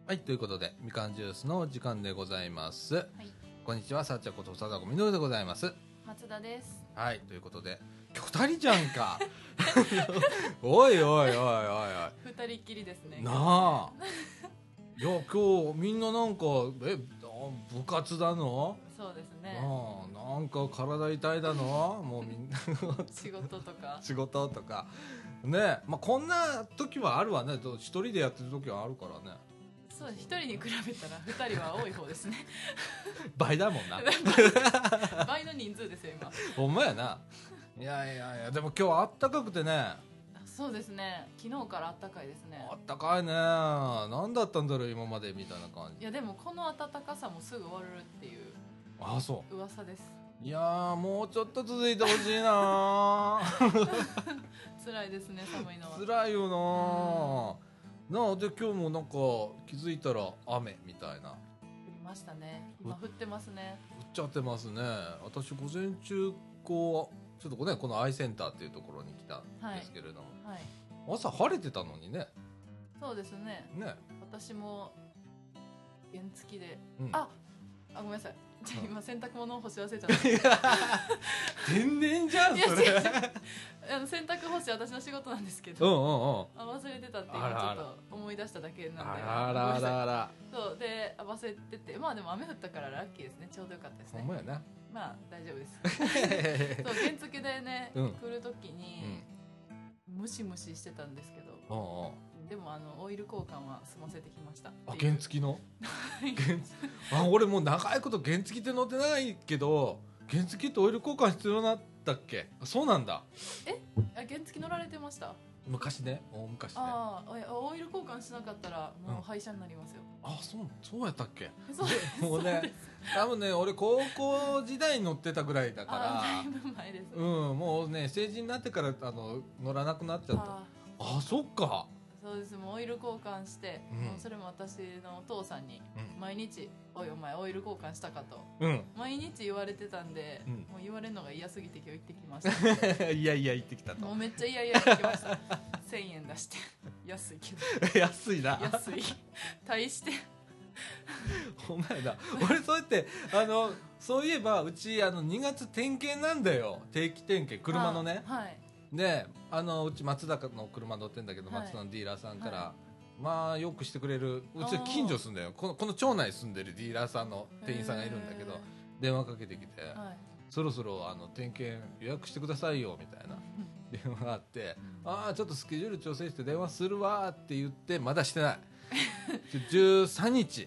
はい、ということでみかんジュースの時間でございます、 はい、 こんにちは、さっちゃこと貞子みのるでございます。 松田です。 はい、ということで今日2人じゃんかおいおいおいおいお二人っきりですね。 いなあいや今日みんななんか部活だの、 そうですね。 なんか体痛いだのもうみんな仕事とか。 仕事とかね、まあ、こんな時はあるわね。一人でやってる時はあるからね。 そう、一人に比べたら二人は多い方ですね。 倍だもんな倍の人数ですよ今。 ほんまやな。いやいやいや、でも今日あったかくてね。 そうですね。昨日から暖かいですね。 あったかいね。何だったんだろう今までみたいな感じ。 いやでもこの暖かさもすぐ終わるっていうあ、そう噂です。 いやー、もうちょっと続いてほしいな辛いですね、寒いのは。 辛いよなあ。で今日もなんか気づいたら雨みたいな。 降りましたね。今降ってますね。 降っちゃってますね。私午前中こうちょっとね、このアイセンターっていうところに来たんですけれども、 はい。 朝晴れてたのにね。 そうですね。 ね、 私も原付きで、 うん、 あ、ごめんなさい。じゃあ今洗濯物を干し忘れちゃった天然じゃんそれ。 いや違う違う洗濯干し私の仕事なんですけど、忘れてたって今ちょっと思い出しただけなんで、 あらあらあら。 そうで忘れてて、まあでも雨降ったからラッキーですね。ちょうどよかったですね。 ほんまやな。 まあ大丈夫ですそう原付でね、 うん、 来る時に、ムシムシしてたんですけど、でもオイル交換は済ませてきました。 あ、原付の俺もう長いこと原付って乗ってないけど、原付ってオイル交換必要だったっけ。あ、そうなんだ。 原付乗られてました？ 昔ね、大昔ね。 オイル交換しなかったらもう廃車になりますよ。 あ、そうやったっけ。 そうです。 もうね、多分ね、俺高校時代に乗ってたぐらいだから。 だいぶ前です。 もうね、成人になってから乗らなくなっちゃった。あ、そっか。 そうです。もうオイル交換して、もうそれも私のお父さんに毎日、おいお前オイル交換したかと、毎日言われてたんで、もう言われるのが嫌すぎて今日行ってきましたいやいや行ってきたと。 もうめっちゃいやいや行ってきました1000円出して安いけど安いな。 安い大してお前だ。俺そうやってそういえばうち2月点検なんだよ。定期点検、車のね。 はい。 でうち松坂の車乗ってんだけど、松田のディーラーさんから、まあよくしてくれる、うち近所住んだよ。この町内住んでるディーラーさんの店員さんがいるんだけど、電話かけてきて、そろそろ点検予約してくださいよみたいな電話があって、ちょっとスケジュール調整して電話するわって言って、まだしてない13日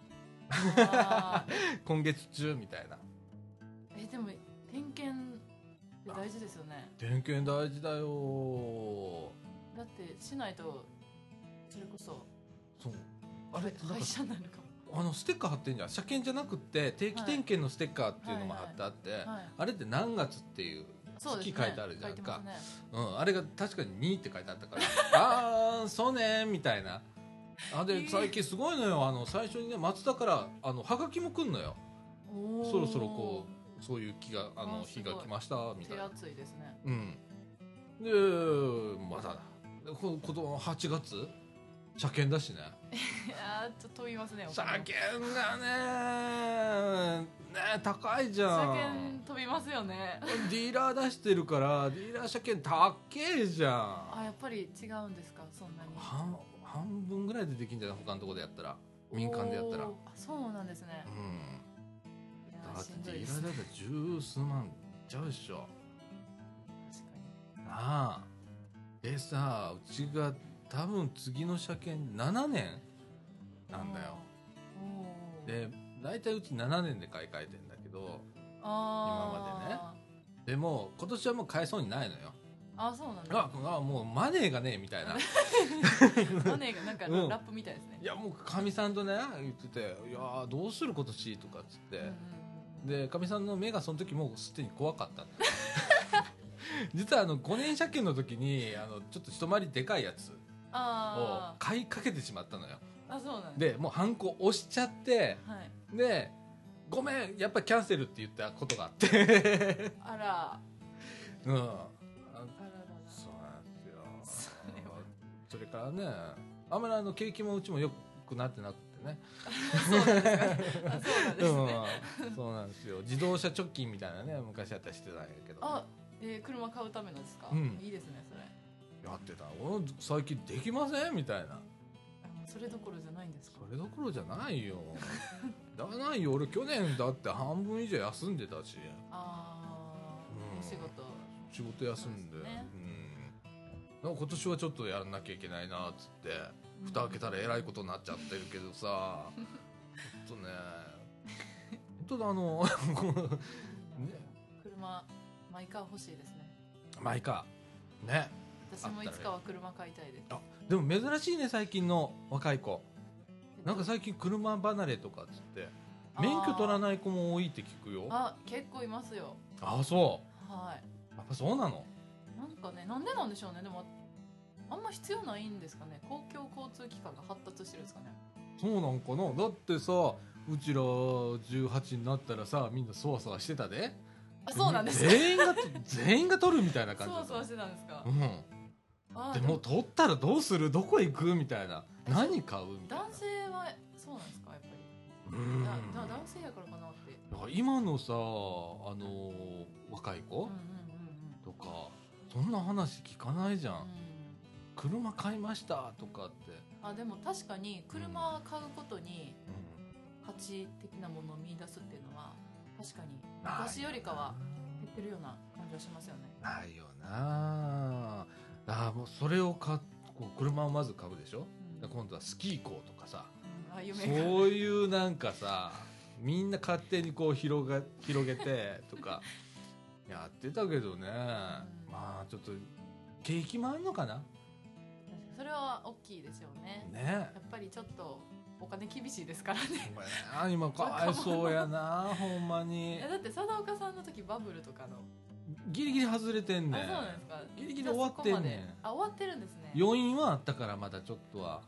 今月中みたいな。 でも点検って大事ですよね。 点検大事だよ。 だってしないとそれこそそうあれ廃車になるかも。 ステッカー貼ってんじゃん。車検じゃなくて定期点検のステッカーっていうのも貼ってあって、あれって何月っていう月書いてあるじゃんか、あれが確かに2って書いてあったからそうねみたいな。で最近すごいのよ。最初にね、松田からはがきも来んのよ。そろそろこうそういう日が来ましたみたいな。 手厚いですね。 でまだこの8月車検だしね。 いやちょっと飛びますね。 車検がね高いじゃん。 車検飛びますよね。 ディーラー出してるからディーラー車検高えじゃん。 やっぱり違うんですか。そんなに半分ぐらいでできんじゃない、他のところでやったら。民間でやったら。 そうなんですね。 だってディーラーだったら十数万ちゃうでしょ。 確かになあ。でさ、うちが多分次の車検7年なんだよ。で大体うち7年で買い替えてんだけど、今までね。でも今年はもう買えそうにないのよ。 そうなんだ。 もうマネーがねえみたいな。 マネーがなんかラップみたいですね。 いやもうかみさんとね言ってて、いやどうする今年とかっつって、でかみさんの目がその時もうすでに怖かったんだ実は5年車検の時にちょっと一回りでかいやつを買いかけてしまったのよ。 そうなんでもうハンコ押しちゃって、でごめんやっぱキャンセルって言ったことがあってあらそうなんですよ。それからね、あんまり景気もうちも良くなってなくてね。 そうなんですか。そうなんですね。 そうなんですよ。自動車貯金みたいなね、昔やったりしてたんやけど。 あ、車買うためのですか。いいですね、それ。 やってた。俺最近できませんみたいな。 それどころじゃないんですか。 それどころじゃないよ。だないよ。俺去年だって半分以上休んでたし。仕事休んで。なんか今年はちょっとやらなきゃいけないなっつって蓋開けたらえらいことになっちゃってるけどさ、ちょっとね、本当だね、車マイカー欲しいですね。 マイカーね。 私もいつかは車買いたいです。 でも珍しいね、最近の若い子。なんか最近車離れとかっつって免許取らない子も多いって聞くよ。 結構いますよ。 そう。 はい。 やっぱそうなの。 なんかね、なんでなんでしょうね。でもあんま必要ないんですかね。公共交通機関が発達してるんですかね。 そうなんかな。だってさ、うちら18になったらさ、みんなそわそわしてたで。 そうなんですか。 全員が取るみたいな感じ。 そわそわしてたんですか。 でも取ったらどうする、どこ行くみたいな、何買うみたいな。 男性はそうなんですか、やっぱり。男性やからかなって。 だから今のさ、若い子とかそんな話聞かないじゃん。車買いましたとかって。 でも確かに車買うことに価値的なものを見出すっていうのは確かに昔よりかは減ってるような感じはしますよね。 ないよな。もうそれを車をまず買うでしょ、今度はスキー行こうとかさ、そういうなんかさ、みんな勝手にこう広げてとかやってたけどね。まあちょっと景気もあんのかな。 それは大きいですよね。やっぱりちょっとお金厳しいですからね。 今かわいそうやなほんまに。 だって貞岡さんの時バブルとかのギリギリ外れてんねん。 そうなんですか。 ギリギリ終わってんねん。 終わってるんですね。 余韻はあったからまだちょっとは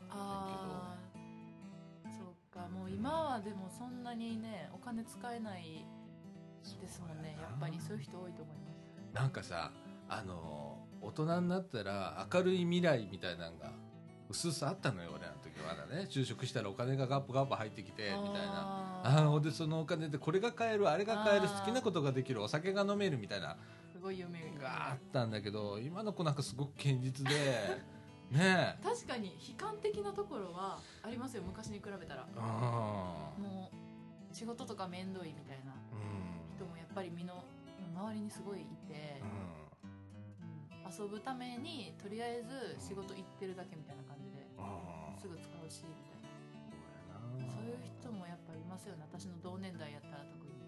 そうか。もう今はでもそんなにねお金使えないですもんね。やっぱりそういう人多いと思います。 なんかさ、大人になったら明るい未来みたいなのがうすうすあったのよ、俺の時は。まだね、就職したらお金がガップガップ入ってきてみたいな。でそのお金でこれが買える、あれが買える、好きなことができる、お酒が飲めるみたいなすごい夢があったんだけど、今の子なんかすごく堅実でね。 確かに悲観的なところはありますよ、昔に比べたら。もう仕事とか面倒いみたいな人もやっぱり周りにすごいいて、遊ぶためにとりあえず仕事行ってるだけみたいな感じですぐ使うしみたいな、そういう人もやっぱりいますよね。私の同年代やったら特に。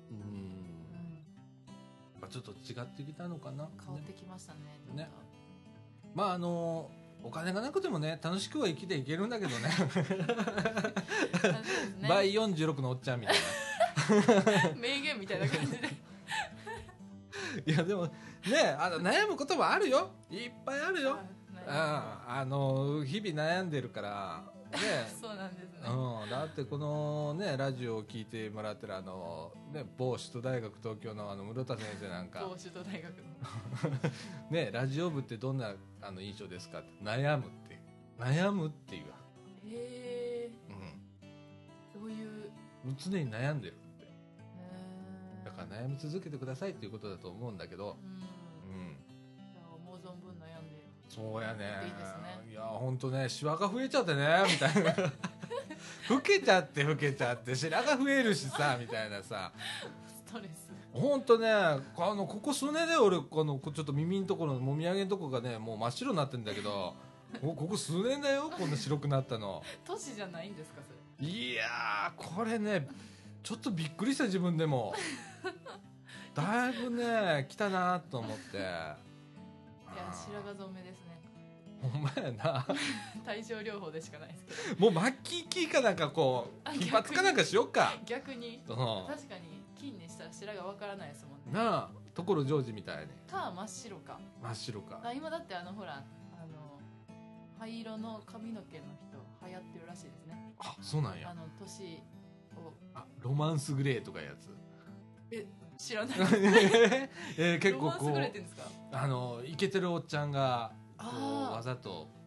ちょっと違ってきたのかな。 変わってきましたね。 まあお金がなくてもね、楽しくは生きていけるんだけどね。倍46のおっちゃんみたいな名言みたいな感じでいやでもね、悩むこともあるよ、いっぱいあるよ。日々悩んでるからね。 そうなんですね。 だってこのねラジオを聞いてもらってる某首都大学東京の室田先生なんか、 某首都大学のね、ラジオ部ってどんな印象ですかって。悩むっていう。どういう常に悩んでるって。だから悩み続けてくださいっていうことだと思うんだけど。 思う存分悩んで。 そうやね。 いいですね。 いや本当ね、シワが増えちゃってねみたいな老けちゃって白が増えるしさみたいなさ、 ストレス。 本当ね、ここ数年で俺ちょっと耳のところのもみあげのとこがねもう真っ白になってんだけどここ数年だよ、こんな白くなったの。 年じゃないんですかそれ。 いやこれねちょっとびっくりした、自分でもだいぶね来たなと思って。いや白髪染めですね。 ほんまやな対症療法でしかないですけど、 もうマッキーキーかなんかこう金髪かなんかしよっか。 逆に確かに金にしたら白がわからないですもんね。 なあ、所ジョージみたいに真っ白か。今だってほら灰色の髪の毛の人流行ってるらしいですね。 そうなんや。 年をロマンスグレーとかやつ知らない結構こうロマンスグレーって言うんですか。 イケてるおっちゃんがわざと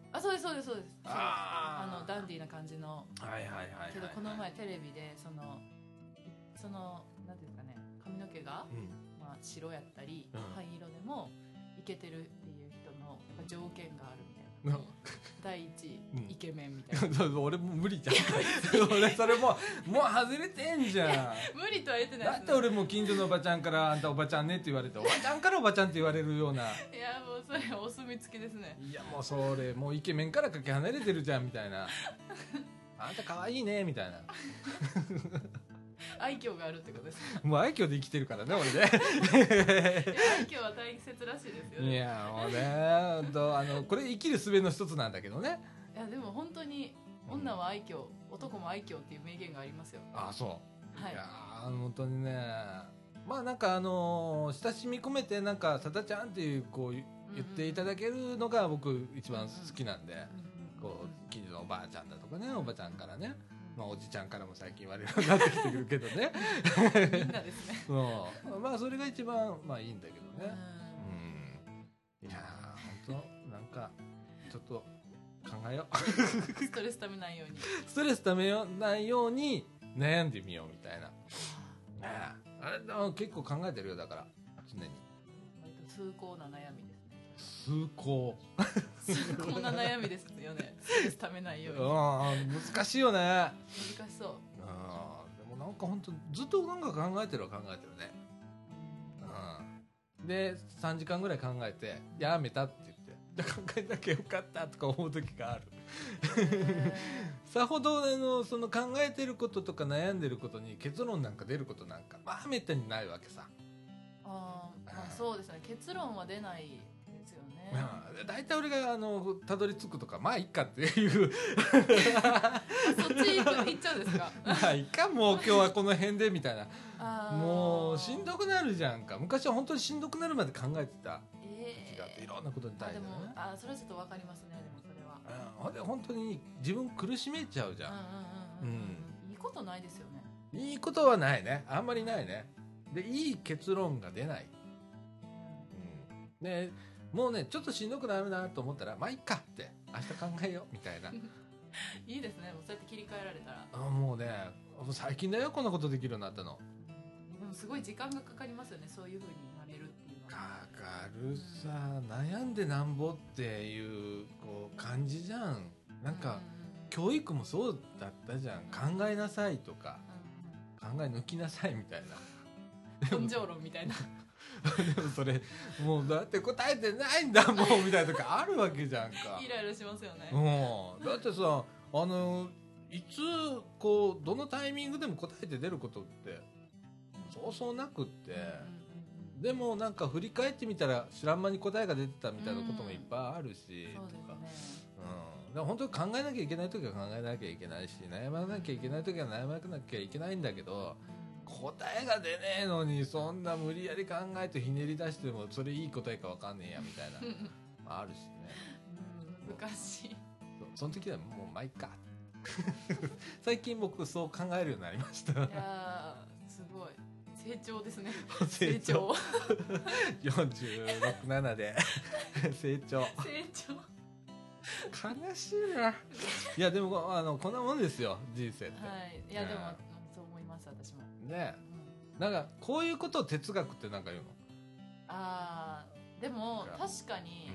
そうですそうですそうです。 あダンディーな感じの。 はいはいはい。 けどこの前テレビでそのなんていうかね、髪の毛が、まあ白やったり灰色でもイケてるっていう人のやっぱ条件があるみたいな。第一イケメンみたいな。 俺もう無理じゃん。俺それもう外れてんじゃん。 無理とは言ってないだって俺も近所のおばちゃんからあんたおばちゃんねって言われて、おばちゃんからおばちゃんって言われるような。 いやもうそれお墨付きですね。 いやもうそれもうイケメンからかけ離れてるじゃんみたいな。あんた可愛いねみたいな。 愛嬌があるってことですか。 もう愛嬌で生きてるからね俺ね。 愛嬌は大切らしいですよね。 いやもうねこれ生きる術の一つなんだけどね。 いやでも本当に女は愛嬌、男も愛嬌っていう名言がありますよ。 あそうはい。 いや本当にね、まあなんか親しみ込めてなんかさだちゃんっていうこう言っていただけるのが僕一番好きなんで、こう近所のおばあちゃんだとかね、おばちゃんからね、まあおじちゃんからも最近言われるようになってきてるけどね。 みんなですね。 まあそれが一番まあいいんだけどね。いや本当なんかちょっと考えよう。 ストレスためないように。 ストレスためないように悩んでみようみたいな。あれ結構考えてるよだから常に。 割と崇高な悩みですね。 崇高。 崇高な悩みですよね。ストレスためないように。 難しいよね。 難しそう。 でもなんか本当ずっとなんか考えてるね。で3時間ぐらい考えてやめたって言って、考えなきゃよかったとか思う時がある。さほどその考えてることとか悩んでることに結論なんか出ることなんかまあめったにないわけさ。 まあそうですね。結論は出ないですよね。 大体俺がたどり着くとかまあいっかっていう。 そっち行っちゃうんですか。 まあいっかもう今日はこの辺でみたいな。もうしんどくなるじゃんか。昔は本当にしんどくなるまで考えてた時があって、いろんなことに対してね。 それはちょっとわかりますね。でもそれは。 で本当に自分苦しめちゃうじゃん。 いいことないですよね。 いいことはないね。あんまりないね。でいい結論が出ない。でもうねちょっとしんどくなるなと思ったらまあいっかって明日考えようみたいな。 いいですね。もうそうやって切り替えられたら。 もうね最近だよこんなことできるようになったの。 でもすごい時間がかかりますよね。そういう風になれるっていうのは。 かかるさ、悩んでなんぼっていうこう感じじゃん。なんか教育もそうだったじゃん。考えなさいとか、考え抜きなさいみたいな。 根性論みたいな。 でもそれもうだって答えてないんだもんみたいなとかあるわけじゃんか。 イライラしますよね。 だってさいつこうどのタイミングでも答えて出ることってそうそうなくって、でもなんか振り返ってみたら知らん間に答えが出てたみたいなこともいっぱいあるし、 そうですね。 だから本当に考えなきゃいけない時は考えなきゃいけないし、悩まなきゃいけない時は悩まなきゃいけないんだけど、答えが出ねえのにそんな無理やり考えてひねり出してもそれいい答えか分かんねえやみたいなあるしね。 難しい。 その時はもうまあいっか。最近僕そう考えるようになりました。いやすごい成長ですね。 成長。46、7で成長。悲しいな。いやでもこんなもんですよ人生って。 はい。いやでもそう思います私も。 ね、なんかこういうことを哲学ってなんか言うの？ でも確かに、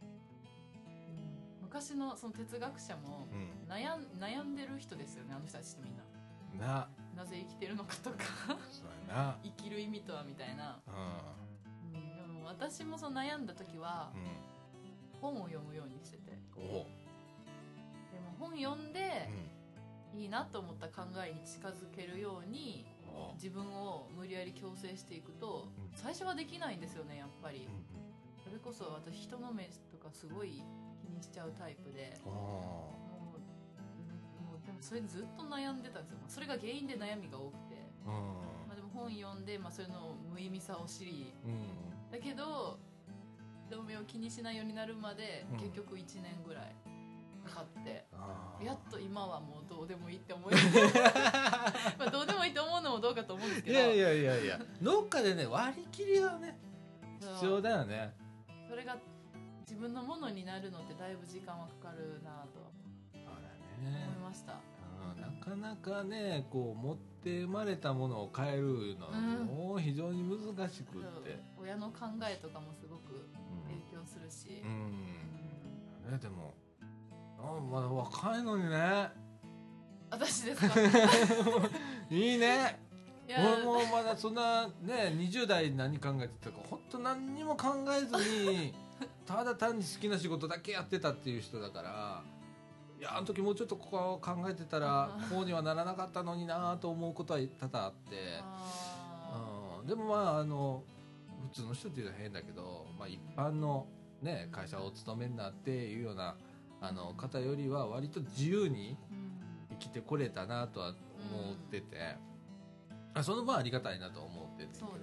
昔のその哲学者も悩んでる人ですよね。あの人たちってみんな。なぜ生きてるのかとかそうやな。 生きる意味とはみたいな。でも私もその悩んだ時は、本を読むようにしてて。でも本読んで、いいなと思った考えに近づけるように自分を無理やり強制していくと、最初はできないんですよねやっぱり。それこそ私人の目とかすごい気にしちゃうタイプで、もうでもそれにずっと悩んでたんですよ。それが原因で悩みが多くて、でも本読んで、それの無意味さを知り、だけど人目を気にしないようになるまで、結局1年ぐらいかかって、やっと今はもうどうでもいいって思いどうでもいいと思うのもどうかと思うんですけど、 いやどっかでね割り切りはね必要だよね。 それが自分のものになるのってだいぶ時間はかかるなと思いました。 なかなかねこう持って生まれたものを変えるのも非常に難しくって、 親の考えとかもすごく影響するし、 ね、でもまだ若いのにね。 私ですかいいね。俺もまだそんなね20代何考えてたか本当何にも考えずにただ単に好きな仕事だけやってたっていう人だから、いやあの時もうちょっとここ考えてたらこうにはならなかったのになと思うことは多々あって、でもまあ普通の人っていうのは変だけど、まあ、一般の、ね、会社を勤めんなっていうような方よりは割と自由に生きてこれたなとは思ってて、その分ありがたいなと思ってるんだけど、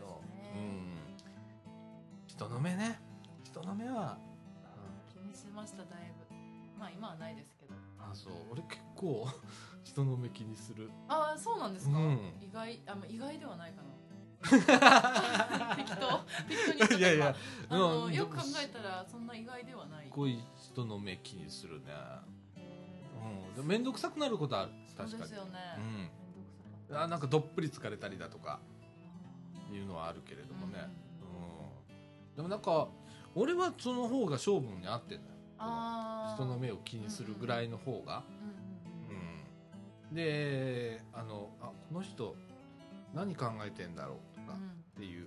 人の目ね、人の目は、 気にしました。だいぶまあ今はないですけど。 そう俺結構人の目気にする。 そうなんですか、意外ではないかな適当に言っとけばいやいやよく考えたらそんな意外ではない。 すごい人の目気にするね。面倒くさくなることは確かに。そうですよね。なんかどっぷり疲れたりだとかいうのはあるけれどもね、でもなんか俺はその方が勝負に合ってんだよ。人の目を気にするぐらいの方が、でこの人何考えてんだろうとかっていう、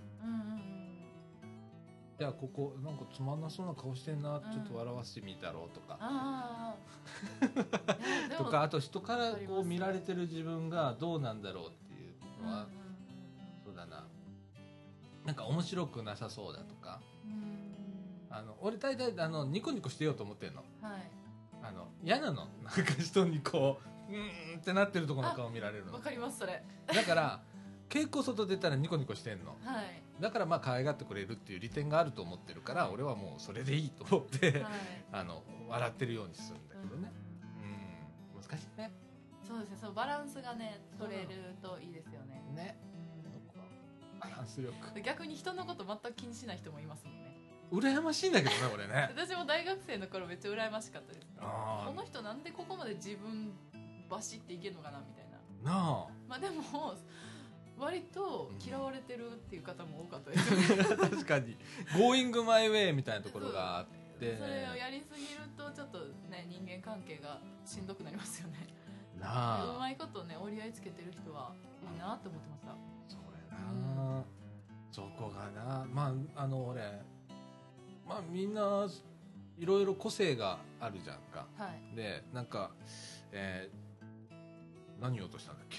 じゃあここなんかつまんなそうな顔してんな、ちょっと笑わせてみたろうとかとか、あと人からこう見られてる自分がどうなんだろうっていうのは、そうだな、なんか面白くなさそうだとか、俺大体ニコニコしてようと思ってんの、嫌なの、なんか人にこうってなってるところの顔見られるの。 わかりますそれ。 だから稽古外出たらニコニコしてんの、だからまあ可愛がってくれるっていう利点があると思ってるから、俺はもうそれでいいと思って、笑ってるようにするんだけどね、難しいね。 そうですね、そのバランスがね取れるといいですよね。 バランス力。 逆に人のこと全く気にしない人もいますもんね。 羨ましいんだけどね俺ね。 私も大学生の頃めっちゃ羨ましかったです。この人なんでここまで自分走っていけるのかなみたいな。まあでも割と嫌われてるっていう方も多かったですよね。 確かに Going my way みたいなところがあって、 それをやりすぎるとちょっとね人間関係がしんどくなりますよね。うまいことね折り合いつけてる人はいいなと思ってました。 そうやな、そこがな、まあ俺まあみんないろいろ個性があるじゃんか、でなんか、何言おうとしたんだっけ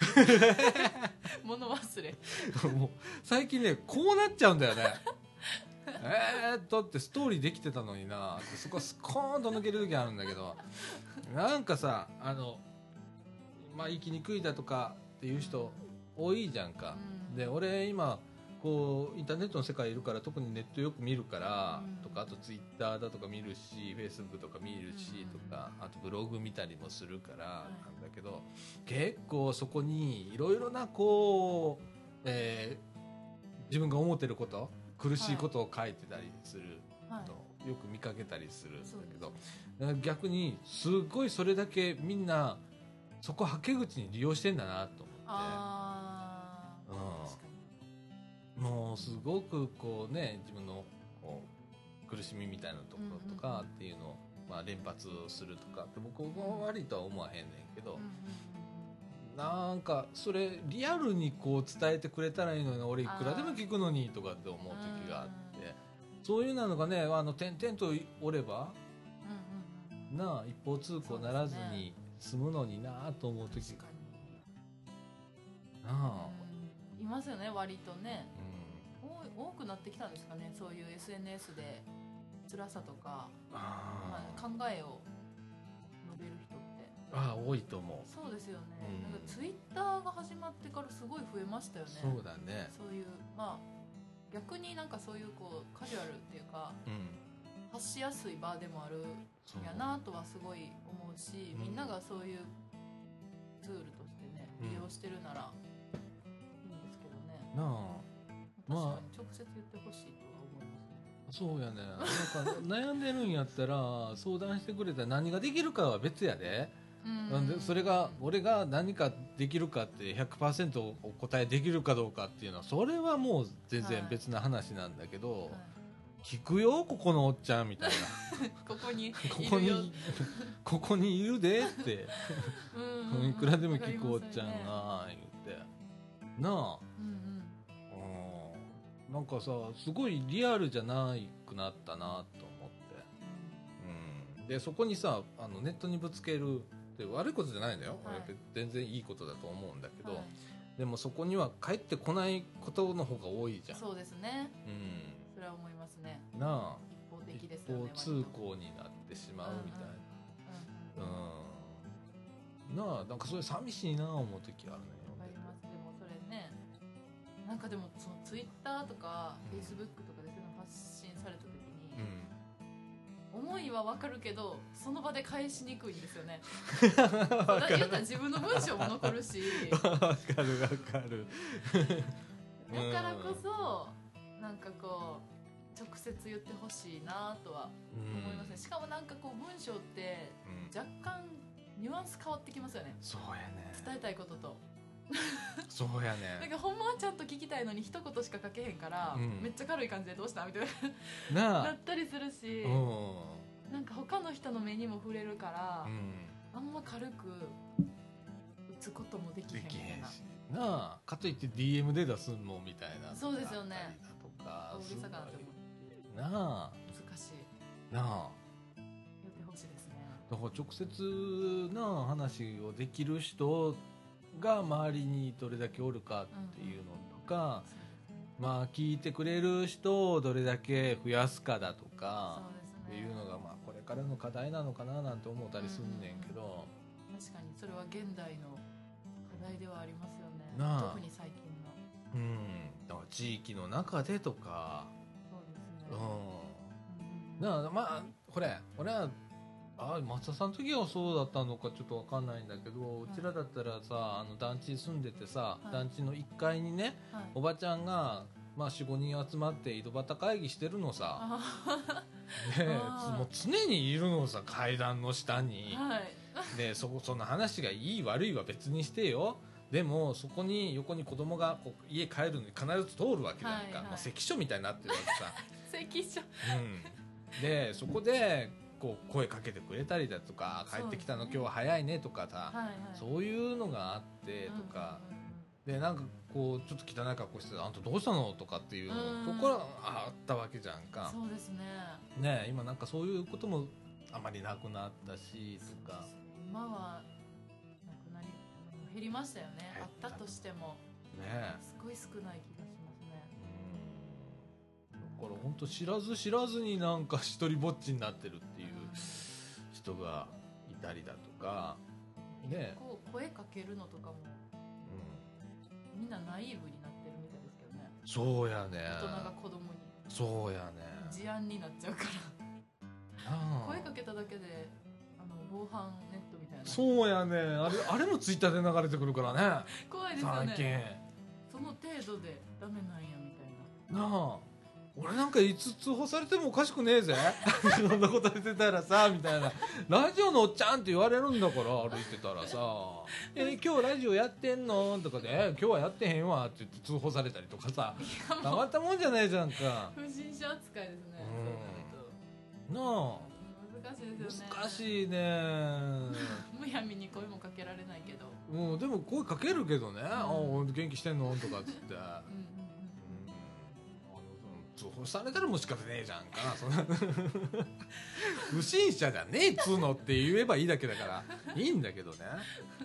物忘れもう最近ねこうなっちゃうんだよねだってストーリーできてたのになってそこスコーンと抜ける時あるんだけど、なんかさまあ生きにくいだとかっていう人多いじゃんか、で俺今こうインターネットの世界いるから特にネットよく見るから、とかあとツイッターだとか見るしフェイスブックとか見るし、とかあとブログ見たりもするからなんだけど、結構そこにいろいろなこう、自分が思ってること苦しいことを書いてたりするのをよく見かけたりするんだけど、逆にすごいそれだけみんなそこはけ口に利用してんだなと思って。もうすごくこうね自分のこう苦しみみたいなところとかっていうのをまあ連発するとかって僕は悪いとは思わへんねんけど、なんかそれリアルにこう伝えてくれたらいいのに俺いくらでも聞くのにとかって思う時があって、そういうのがね点々とおればなあ一方通行ならずに済むのになあと思う時がなあいますよね割とね。多くなってきたんですかね、そういう SNS で辛さとか、考えを述べる人って。 多いと思う。 そうですよね、なんかツイッターが始まってからすごい増えましたよね。 そうだね。 そういうまあ逆になんかそういうこうカジュアルっていうか、発しやすい場でもあるんやなとはすごい思うし、みんながそういうツールとしてね利用してるならいいんですけどね。 なあ、 確かに直接言ってほしいとは思いますね。 そうやね。なんか悩んでるんやったら相談してくれたら何ができるかは別やで。なんでそれが俺が何かできるかって 100% お答えできるかどうかっていうのはそれはもう全然別な話なんだけど、はい、聞くよここのおっちゃんみたいなここにここにいるでっていくらでも聞くおっちゃんが言ってなあ、なんかさすごいリアルじゃなくなったなと思って、でそこにさネットにぶつけるって悪いことじゃないんだよ、はい、全然いいことだと思うんだけど、はい、でもそこには帰ってこないことの方が多いじゃん。 そうですね、それは思いますね。 なあ、 一方的ですよね。 一方通行になってしまうみたいな、なあ、なんかそれ寂しいな思う時あるね。 わかります。でもそれね、なんかでもそのツイッターとかフェイスブックとかでそういうの発信された時に、思いはわかるけどその場で返しにくいんですよね。言ったら自分の文章も残るしわかるわかるだからこそなんかこう直接言ってほしいなとは思いますね。しかもなんかこう文章って若干ニュアンス変わってきますよね。 そうやね、 伝えたいこととそうやね。 なんかほんまはちゃんと聞きたいのに一言しか書けへんから、めっちゃ軽い感じでどうしたみたいななったりするし、なんか他の人の目にも触れるから、あんま軽く打つこともできへんみたいな。 なあ、かといって DM で出すのみたいな。 そうですよね。 とかうるさかなって思ってなあ、 難しいなあ、 言ってほしいですね。 だから直接な話をできる人が周りにどれだけおるかっていうのとか、まあ聞いてくれる人をどれだけ増やすかだとかっていうのがまあこれからの課題なのかななんて思ったりすんねんけど、 確かにそれは現代の課題ではありますよね。特に最近のだから地域の中でとか、 そうですね、 なあ、まあこれ俺は松田さんの時はそうだったのかちょっと分かんないんだけど、うちらだったらさ団地に住んでてさ、団地の1階にね、おばちゃんが、まあ、4,5 人集まって井戸端会議してるのさでもう常にいるのさ階段の下に、でその話がいい悪いは別にしてよ、でもそこに横に子供がこう家帰るのに必ず通るわけじゃんか、まあ、関所みたいになってるわけさ関所、 でそこでこう声かけてくれたりだとか、帰ってきたの今日は早いねとかさ、そういうのがあってとか、でなんかこうちょっと汚い格好してあんたどうしたのとかっていうのところがあったわけじゃんか。 そうですね。 ね、今なんかそういうこともあまりなくなったしとか、 今はなくなり減りましたよね。あったとしてもね、すごい少ない気がしますね。 だから本当知らず知らずになんか一人ぼっちになってるっていう人がいたりだとか、ね、 こう声かけるのとかも、みんなナイーブになってるみたいですけどね。 そうやね。 大人が子供に。 そうやね。 事案になっちゃうから声かけただけで防犯ネットみたいな。 そうやね。あれもツイッターで流れてくるからね怖いですよね。 最近その程度でダメなんやみたいな。 なあ、俺なんかいつ通報されてもおかしくねえぜそんなこと言ってたらさみたいな、ラジオのおっちゃんって言われるんだから歩いてたらさ今日ラジオやってんのとかで今日はやってへんわって言って通報されたりとかさ、たまったもんじゃないじゃんか。 不審者扱いですね。 なあ、 難しいですよね。 難しいねむやみに声もかけられないけど、 でも声かけるけどね、元気してんのとかっつって通報されたらもう仕方ねえじゃんかそんな不審者じゃねえっつうのって言えばいいだけだからいいんだけどね、本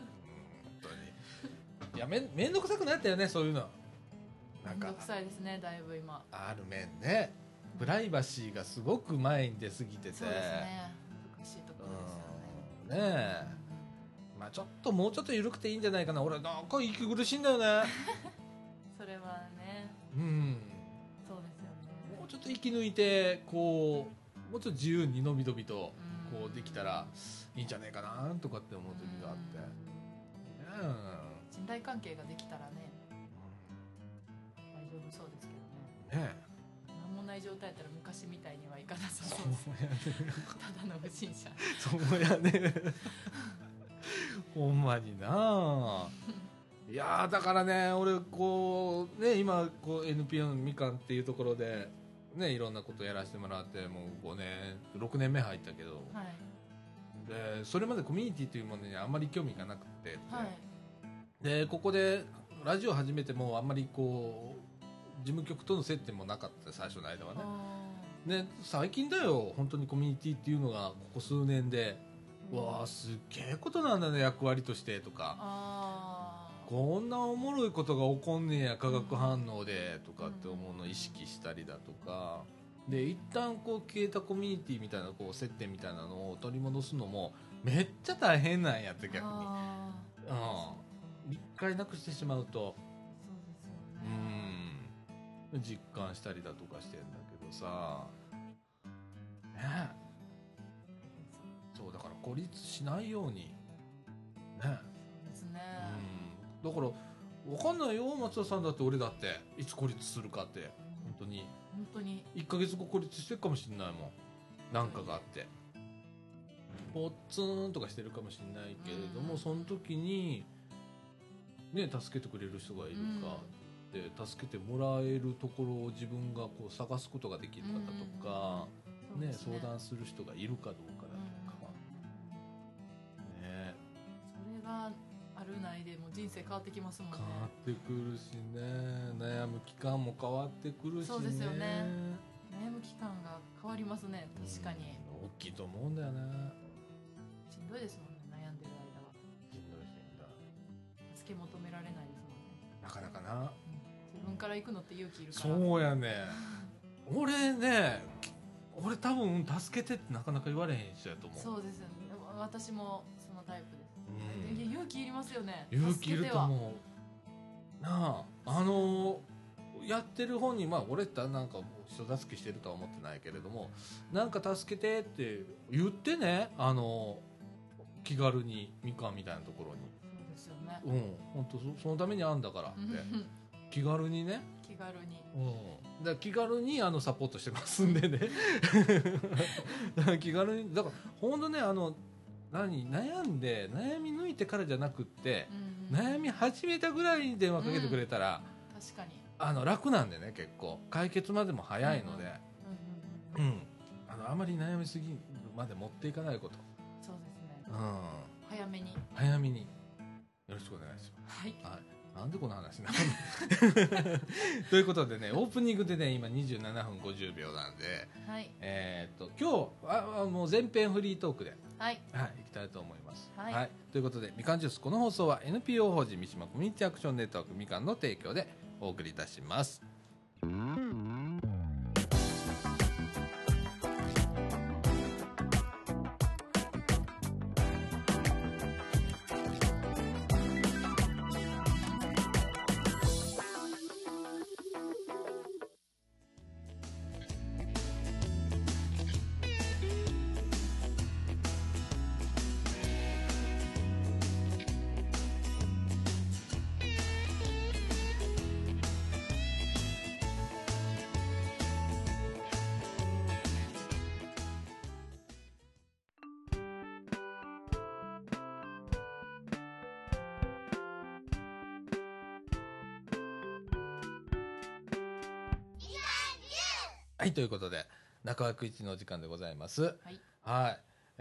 当に。いやめんどくさくなったよね、そういうの。 なんかめんどくさいですね、だいぶ今ある面ね。プライバシーがすごく前に出過ぎてて、 そうですね、難しいところですよね。 ねえ、まあちょっともうちょっと緩くていいんじゃないかな。俺なんか息苦しいんだよねそれはね、そうですよね。 もうちょっと息抜いてこうもうちょっと自由にのびのびとこうできたらいいんじゃないかなとかって思う時があって、 信頼関係ができたらね、大丈夫そうですけどね。 ねえ、 何もないない状態やったら昔みたいにはいかなさそうですただの不審者そうやねほんまにないやだからね俺こうね今こう NPO のみかんっていうところでねいろんなことやらせてもらってもう5年6年目入ったけど、はい、でそれまでコミュニティというものにあんまり興味がなくて、はい、でここでラジオ始めてもあんまりこう事務局との接点もなかった最初の間はね。で最近だよ本当にコミュニティっていうのがここ数年で、わあすっげえことなんだね役割としてとか、こんなおもろいことが起こんねや化学反応でとかって思うのを意識したりだとかで一旦こう消えたコミュニティみたいなこう接点みたいなのを取り戻すのもめっちゃ大変なんやって逆に、一回なくしてしまうと実感したりだとかしてんだけどさねそうだから孤立しないようにねですね、 だから分かんないよ松田さんだって俺だっていつ孤立するかって本当に1ヶ月後孤立してるかもしれないもんなんかがあってポッツンとかしてるかもしれないけれども、その時にね助けてくれる人がいるか、で助けてもらえるところを自分がこう探すことができるかだとか、ね相談する人がいるかどうかだとか、ねそれがあるないでも人生変わってきますもんね。 変わってくるしね悩む期間も変わってくるしね。 そうですよね悩む期間が変わりますね確かに、 大きいと思うんだよね。 しんどいですもんね悩んでる間は。 しんどい助け求められないですもんねなかなかな、 自分から行くのって勇気いるから。 そうやね俺多分助けてってなかなか言われへん人やと思う。 そうですよね私もそのタイプです、勇気いりますよね。 勇気いると思うなあ。やってる本人俺ってなんか人助けしてるとは思ってないけれどもなんか助けてって言ってね気軽にみかんみたいなところに。 そうですよね本当そのためにあんだからって気軽にね気軽に、 だから気軽にサポートしてますんでね気軽にだから本当ね悩んで悩み抜いてからじゃなくって、悩み始めたぐらいに電話かけてくれたら、 確かに楽なんでね結構解決までも早いので、あまり悩みすぎるまで持っていかないこと。 そうですね、早めによろしくお願いします。 はい、 なんでこの話なのということでねオープニングでね今27分50秒なんで、 はい、 今日もう全編フリートークではい、 いきたいと思います、 はいということでみかんジュースこの放送は NPO 法人三島コミュニティアクションネットワークみかんの提供でお送りいたします。はい、ということで中枠一のお時間でございます。はい、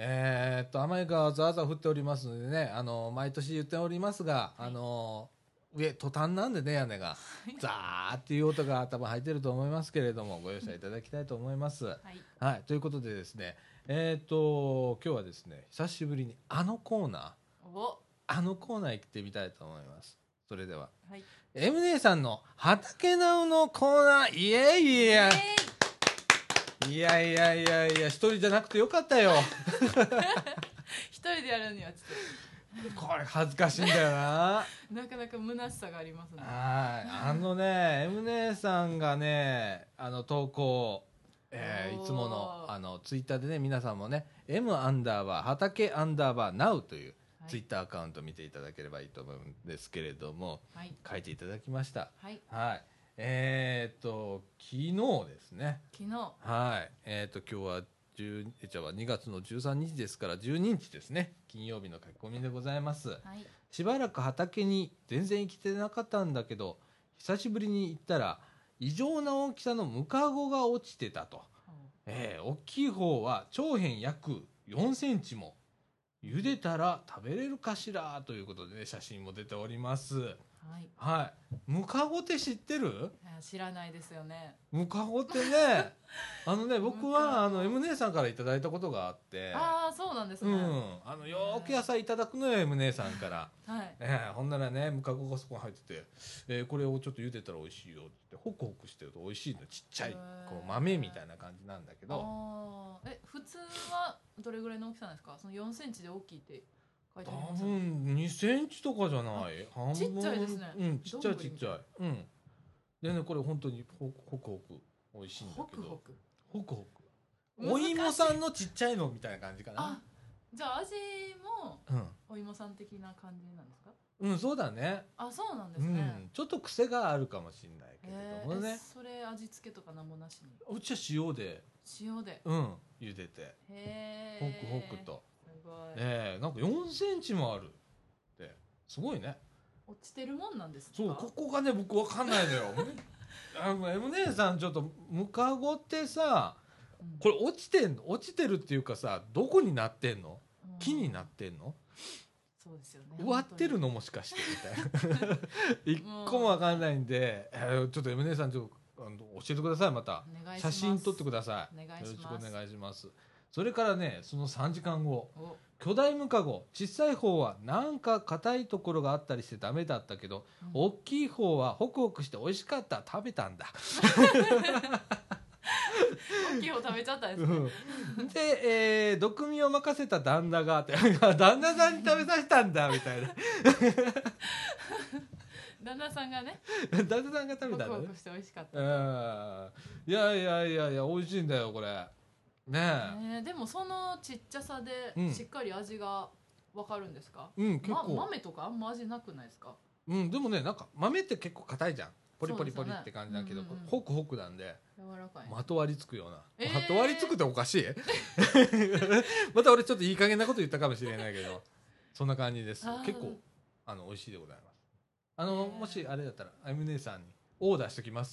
雨がざわざわ降っておりますのでね毎年言っておりますが、上途端なんでね屋根がザーっていう音が多分入ってると思いますけれどもご容赦いただきたいと思います。ということでですね今日はですね久しぶりにコーナー行ってみたいと思います。それでは、M 姉さんの畑直のコーナーイエイイエイいや一人じゃなくてよかったよ一人でやるにはちょっとこれ恥ずかしいんだよななかなか虚しさがありますね。 M 姉さんがね投稿、いつものツイッターでね皆さんもね M_ 畑_nowというツイッターアカウント見ていただければいいと思うんですけれども、書いていただきました。 昨日ですね。 昨日。 はい。今日は2月の13日ですから12日ですね。金曜日の書き込みでございます。はい、しばらく畑に全然行きてなかったんだけど、久しぶりに行ったら異常な大きさのムカゴが落ちてたと。大きい方は長辺約4センチも。茹でたら食べれるかしらということで、ね、写真も出ております。はい、はい、ムカゴって知ってる？ 知らないですよね。 ムカゴってね僕はM 姉さんからいただいたことがあって。 ああ、そうなんですね。 よく野菜いただくのよ M 姉さんから。はい、ほんならね、ムカゴがそこに入ってて、これをちょっと茹でたら美味しいよってホクホクしてると美味しいの。ちっちゃいこう豆みたいな感じなんだけど。 普通はどれぐらいの大きさなんですか？その4センチで大きいって書いてあります。 多分2センチとかじゃない？半分。 ちっちゃいですね。 ちっちゃいちっちゃい。でね、これ本当にホクホク美味しいんだけど。ホクホク。お芋さんのちっちゃいのみたいな感じかな。 じゃあ味もお芋さん的な感じなんですか？ そうだね。 そうなんですね。 ちょっと癖があるかもしれないけれどもね。 それ味付けとかなんもなしに。 うちは塩で。茹でて。ホクホクと。すごい。なんか4センチもあるってすごいね。 落ちてるもんなんですか？ そう、ここがね僕わかんないのよ。M 姉さんちょっとムカゴってさ、これ落ちてるっていうかさ、どこになってんの？木になってんの？ そうですよね。 植わってるのもしかしてみたいな。一個もわかんないんで、ちょっと M 姉さん教えてください。また写真撮ってください。よろしくお願いします。それからね、その3時間後、巨大ムカゴ、小さい方はなんか硬いところがあったりしてダメだったけど、大きい方はホクホクして美味しかった。食べたんだ。 大きい方食べちゃったんですね。 で、毒味を任せた旦那が旦那さんに食べさせたんだみたいな。 旦那さんがね、 旦那さんが食べたんだね。 ホクホクして美味しかった。 いや美味しいんだよこれ。ねでもそのちっちゃさでしっかり味が分かるんですか？ 結構豆とかあんま味なくないですか？ でもね、なんか豆って結構硬いじゃん。ポリポリポリって感じだけど、ホクホクなんで柔らかい。 まとわりつくような。まとわりつくっておかしい。また俺ちょっといい加減なこと言ったかもしれないけど、そんな感じです。結構美味しいでございます。もしあれだったらM姉さんにオーダーしときます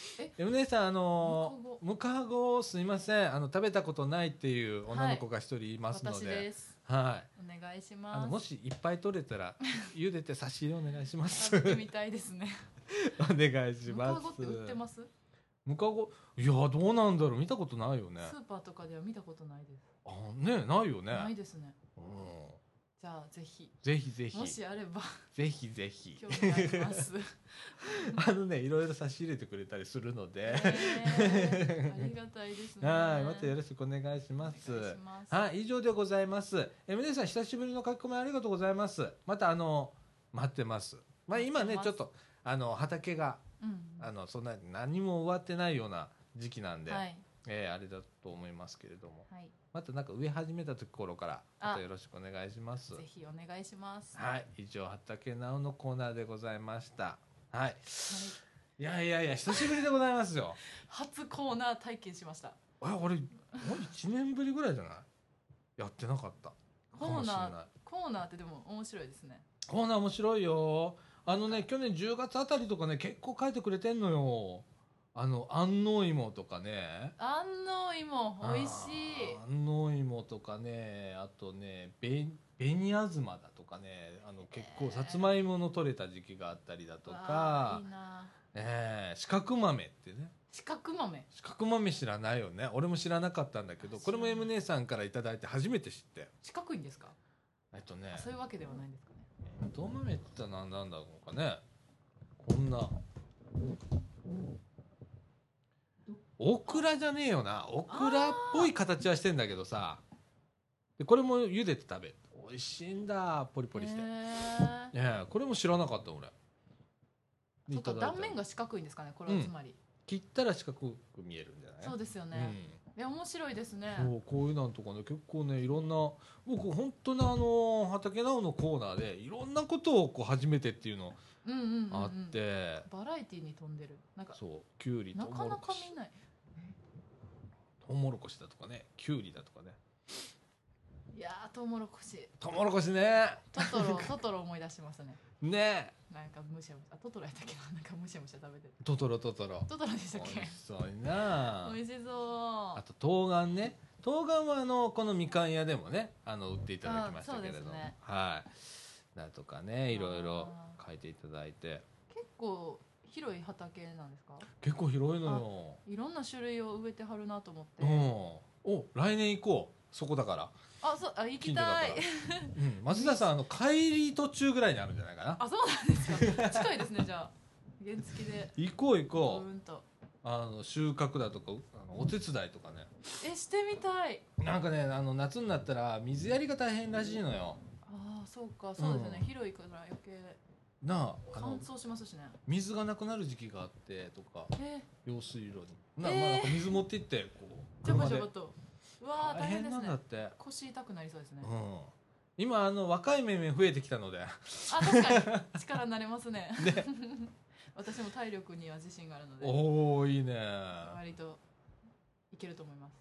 。M姉さんムカゴすいません、食べたことないっていう女の子が一人いますので、 私です。 はい、 お願いします。 もしいっぱい取れたら茹でて差し入れお願いします。 食べてみたいですね。 お願いします。ムカゴって売ってます？ ムカゴ、いやどうなんだろう、見たことないよね。 スーパーとかでは見たことないです。 ね、ないよね。 ないですね。じゃあぜひもしあればぜひ興味あります。 いろいろ差し入れてくれたりするので、 ありがたいですね。 はい、またよろしくお願いします。はい、以上でございます。皆さん久しぶりの書き込みありがとうございます。また待ってます。今ねちょっと畑がそんな何も終わってないような時期なんで、あれだと思いますけれども、またなんか植え始めたところからまたよろしくお願いします。 ぜひお願いします。 はい、以上畑なおのコーナーでございました。はい。いや久しぶりでございますよ。 初コーナー体験しました。 俺1年ぶりぐらいじゃない？やってなかったコーナーってでも面白いですね。 コーナー面白いよ。去年10月あたりとかね結構書いてくれてんのよ。安納芋とかね。 安納芋美味しい。 安納芋とかね、あとね紅あずまだとかね、結構さつまいもの取れた時期があったりだとか、 いいな。 四角豆ってね。 四角豆知らないよね。俺も知らなかったんだけど、これも M 姉さんからいただいて初めて知って。 四角いんですか？そういうわけではないんですかね。 どう豆ってなんだろうかね。こんなオクラじゃねえよな。オクラっぽい形はしてんだけどさ。でこれも茹でて食べる。美味しいんだ。ポリポリして。これも知らなかった俺。 そっか、断面が四角いんですかね。これはつまり。 切ったら四角く見えるんじゃない？ そうですよね。いや面白いですね。 そうこういうなんとかね結構ねいろんな僕本当に畑直のコーナーでいろんなことを初めてっていうのをあって、 バラエティに飛んでる。なんかそうきゅうり、 なかなか見ない。 トウモロコシだとかね、きゅうりだとかね。 いやー、トウモロコシね。 トトロ思い出しますね。 ね。 なんかむしゃむしゃ、トトロやったっけな、なんかむしゃむしゃ食べてる。 トトロでしたっけ。美味しそうにな。 美味しそう。 あと冬瓜ね。冬瓜はこのみかん屋でもね、売っていただきましたけれども、ね、はい。だとかね、いろいろ書いていただいて。 結構広い畑なんですか？ 結構広いのよ。 いろんな種類を植えてはるなと思って。 お、来年行こう。そこだから。 行きたい。 松田さん帰り途中ぐらいにあるんじゃないかな。 そうなんですか。近いですね、じゃあ原付で行こう。収穫だとかお手伝いとかね。 してみたい。 なんかね、夏になったら水やりが大変らしいのよ。 そうか、そうですよね、広いから余計乾燥しますしね。 水がなくなる時期があってとか、用水路になんか水持って行ってジャバジャバと。うわー、大変ですね。 なんだって。 腰痛くなりそうですね。 今若い面々増えてきたので、 確かに力になれますね。私も体力には自信があるので。 おー、いいね。 割といけると思います。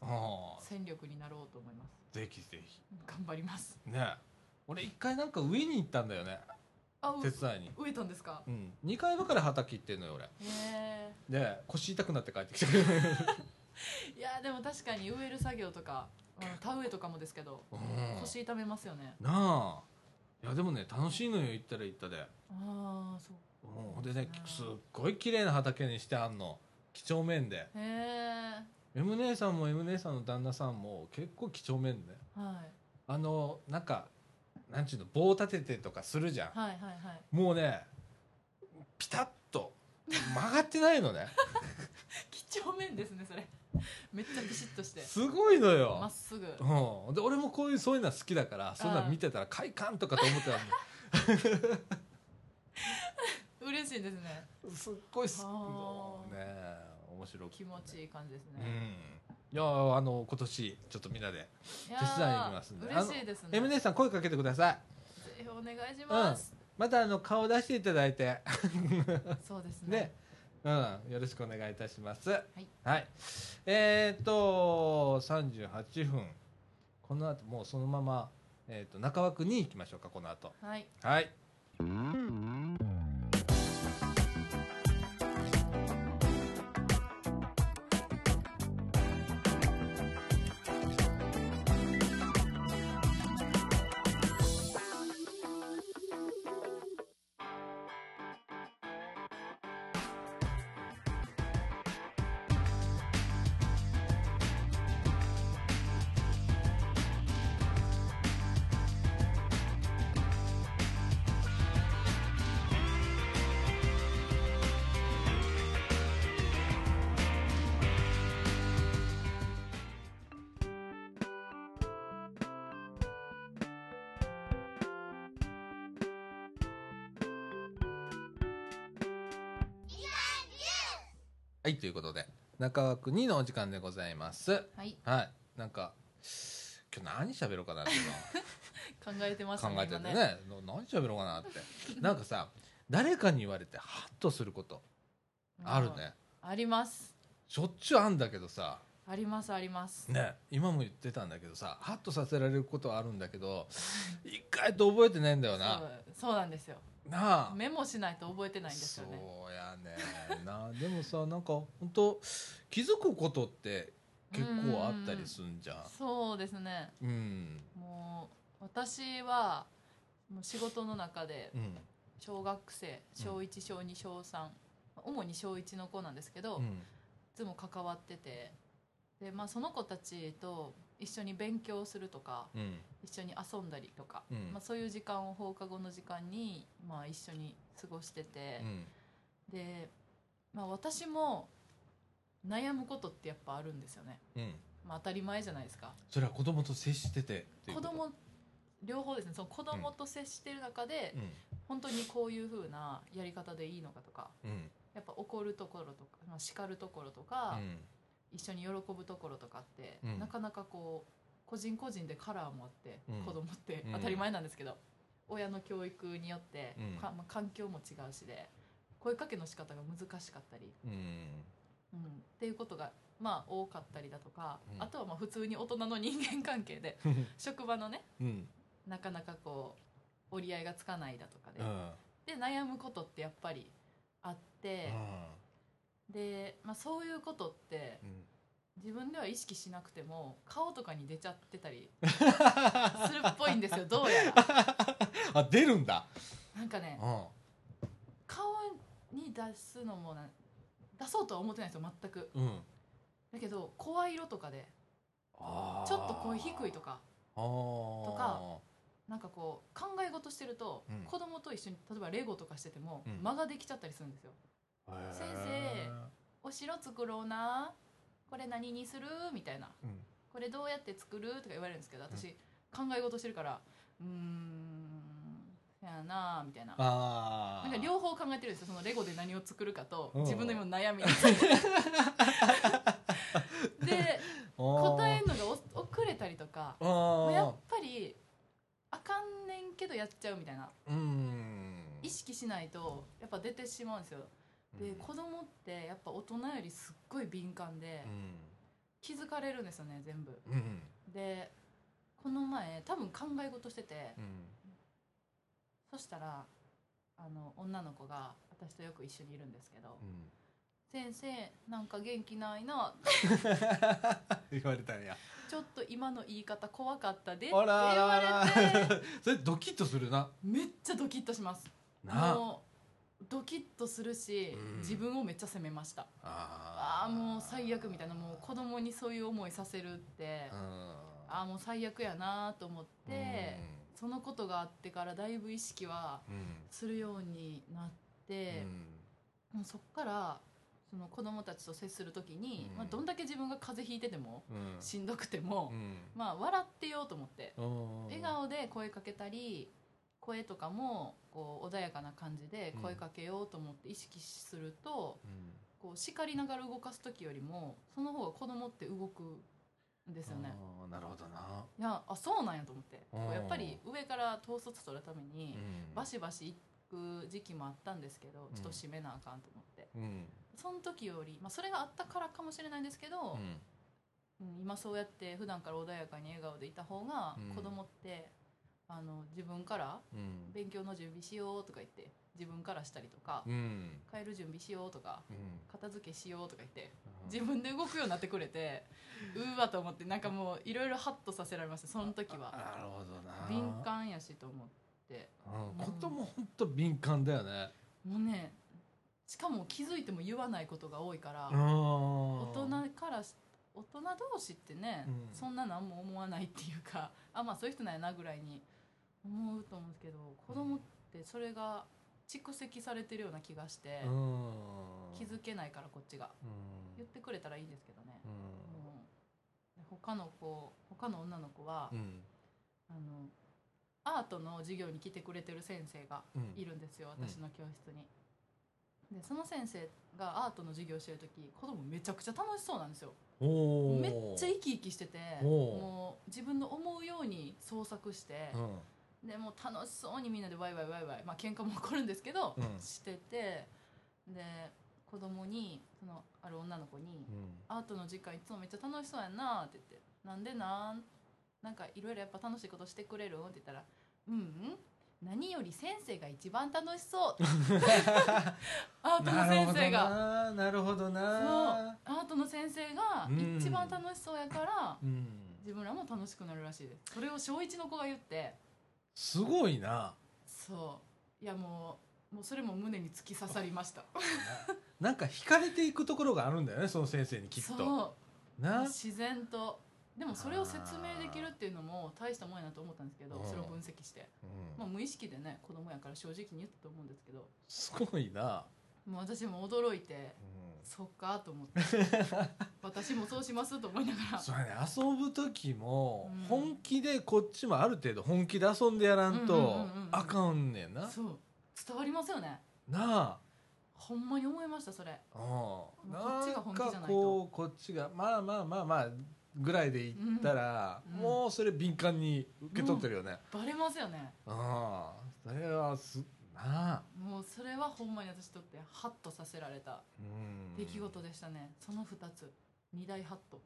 戦力になろうと思います。 ぜひぜひ頑張りますね。俺一回なんか上に行ったんだよね、手伝いに。 植えたんですか ？2階ばかり畑行ってんのよ俺。で腰痛くなって帰ってきた。 いやでも確かに植える作業とか田植えとかもですけど腰痛めますよね。 いやでもね、楽しいのよ、行ったら行ったで。そうでね、すっごい綺麗な畑にしてあんの、几帳面で。M 姉さんも M 姉さんの旦那さんも結構几帳面で、なんかなんちゅうの、棒立ててとかするじゃん。もうねピタッと曲がってないのね。 几帳面ですね、それ。めっちゃビシッとしてすごいのよ、 まっすぐ。 で俺もそういうのは好きだから、そんなの見てたら快感とかと思ってたの。 嬉しいですね。 すっごいね、面白く気持ちいい感じですね。 いや今年ちょっとみんなで手伝いに行きますんで、 嬉しいですね。 M 姉さん声かけてください。 ぜひお願いします。 また顔出していただいて。 そうですね。 よろしくお願いいたします。はい。38分。この後もうそのまま中枠に行きましょうか、この後。はい。はい。はい、ということで中枠2のお時間でございます。はい。なんか今日何喋ろうかなって考えてましたね。 考えててね、何喋ろうかなって。なんかさ、誰かに言われてハッとすることあるね。 あります。 しょっちゅうあんだけどさ。 ありますありますね。今も言ってたんだけどさ、ハッとさせられることはあるんだけど、一回と覚えてないんだよな。 そうなんですよ。 なあ、 メモしないと覚えてないんですよね。 そうやね。でもさ、なんか本当気づくことって結構あったりすんじゃん。 そうですね。もう私はもう仕事の中で小学生、小1小2小3、主に小1の子なんですけど、いつも関わってて、でその子たちと一緒に勉強するとか、一緒に遊んだりとか、そういう時間を放課後の時間に一緒に過ごしてて、で、私も悩むことってやっぱあるんですよね。当たり前じゃないですか。 それは子供と接しててっていうこと？ 子供両方ですね。その子供と接してる中で、本当にこういう風なやり方でいいのかとか、やっぱ怒るところとか、叱るところとか、一緒に喜ぶところとかって、なかなかこう個人個人でカラーもあって、子供って当たり前なんですけど親の教育によって、環境も違うしで声かけの仕方が難しかったり、っていうことがまあ多かったりだとか、あとはまあ普通に大人の人間関係で職場のね、なかなかこう折り合いがつかないだとかで、悩むことってやっぱりあって、で、まあ、そういうことって、自分では意識しなくても顔とかに出ちゃってたりするっぽいんですよ、どうやら。 出るんだ。 なんかね、顔に出すのも出そうとは思ってないですよ、全く。だけど声色とかでちょっと声低いとかなんかこう考え事してると、子供と一緒に例えばレゴとかしてても、間ができちゃったりするんですよ。先生、お城作ろうな、これ何にするみたいな、これどうやって作るとか言われるんですけど、私、考え事してるからそやなみたいな、なんか両方考えてるんですよ、そのレゴで何を作るかと自分の今悩みにで答えるのが遅れたりとか、やっぱりあかんねんけどやっちゃうみたいな、意識しないとやっぱ出てしまうんですよ。で、子供ってやっぱ大人よりすっごい敏感で、気づかれるんですよね、全部。で、この前多分考え事してて、そしたら女の子が私とよく一緒にいるんですけど、先生なんか元気ないな言われたんや。 ちょっと今の言い方怖かったでって言われて、 それドキッとするな。 めっちゃドキッとします。もうドキッとするし、自分をめっちゃ責めました。もう最悪みたいな、もう子供にそういう思いさせるって、もう最悪やなと思って、そのことがあってからだいぶ意識はするようになって、もうそっからその子供たちと接するときに、どんだけ自分が風邪ひいてても、しんどくても、笑ってようと思って、笑顔で声かけたり、声とかもこう穏やかな感じで声かけようと思って意識すると、こう叱りながら動かす時よりもその方が子供って動くんですよね。 なるほどな。 いや、そうなんやと思って、やっぱり上から統率取るためにバシバシ行く時期もあったんですけど、ちょっと締めなあかんと思って、その時より、それがあったからかもしれないんですけど、今そうやって普段から穏やかに笑顔でいた方が、子供って自分から勉強の準備しようとか言って自分からしたりとか、帰る準備しようとか、片付けしようとか言って自分で動くようになってくれて、うわと思って、なんかもういろいろハッとさせられました、その時は。 なるほどな。 敏感やしと思って、 子供ほんと敏感だよね。 もうね、しかも気づいても言わないことが多いから、大人同士ってね、そんな何も思わないっていうか、そういう人なんやなぐらいに思うと思うんですけど、子供ってそれが蓄積されてるような気がして、気づけないから、こっちが言ってくれたらいいんですけどね。他の女の子は、アートの授業に来てくれてる先生がいるんですよ、私の教室に。でその先生がアートの授業してる時、子供めちゃくちゃ楽しそうなんですよ。めっちゃ生き生きしてて、もう自分の思うように創作して、でもう楽しそうにみんなでワイワイワイワイ、喧嘩も起こるんですけど、してて、で子供にある女の子に、アートの時間いつもめっちゃ楽しそうやんなって言って、なんでなんかいろいろやっぱ楽しいことしてくれるって言ったら、何より先生が一番楽しそうアートの先生が。 なるほどな。 そう、アートの先生が一番楽しそうやから、自分らも楽しくなるらしいです。それを小1の子が言って、 すごいな。 そう、いやもうそれも胸に突き刺さりましたなんか惹かれていくところがあるんだよね、その先生にきっと。 そうな、自然と。でもそれを説明できるっていうのも大したもんやなと思ったんですけど、それを分析して、無意識でね、子供やから正直に言ったと思うんですけど、 すごいな。 もう私も驚いて、そっかと思って私もそうしますと思いながら。 そうやね、遊ぶ時も本気で、こっちもある程度本気で遊んでやらんとあかんねんな。 そう、伝わりますよね。 なあ、 ほんまに思いました、それ。 こっちが本気じゃないと、 こっちがまあぐらいで言ったら、もうそれ敏感に受け取ってるよね。 バレますよね。 それはもうそれはほんまに私にとってハッとさせられた出来事でしたね。その2つ、2大ハット。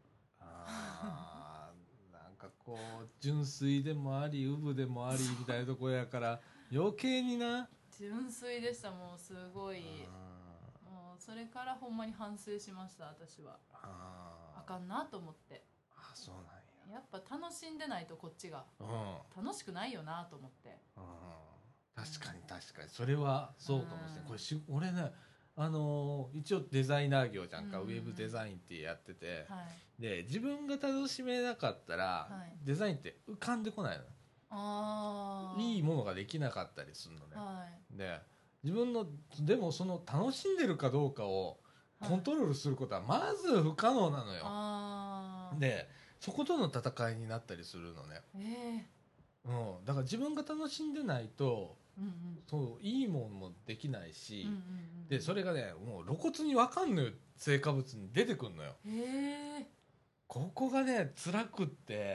なんかこう純粋でもありウブでもありみたいなとこやから余計にな。 純粋でした。もうすごい、もうそれからほんまに反省しました。私はあかんなと思って。 そうなんや。 やっぱ楽しんでないとこっちが楽しくないよなと思って。 確かにそれはそうかもしれない。これ俺ね一応デザイナー業じゃんか、ウェブデザインってやってて、で自分が楽しめなかったら、デザインって浮かんでこないの。いいものができなかったりするのね。で自分のでもその楽しんでるかどうかをコントロールすることはまず不可能なのよ。でそことの戦いになったりするのね。だから自分が楽しんでないと、そういいものもできないし、でそれがねもう露骨に分かんのよ。成果物に出てくるのよ。ここがね辛くって。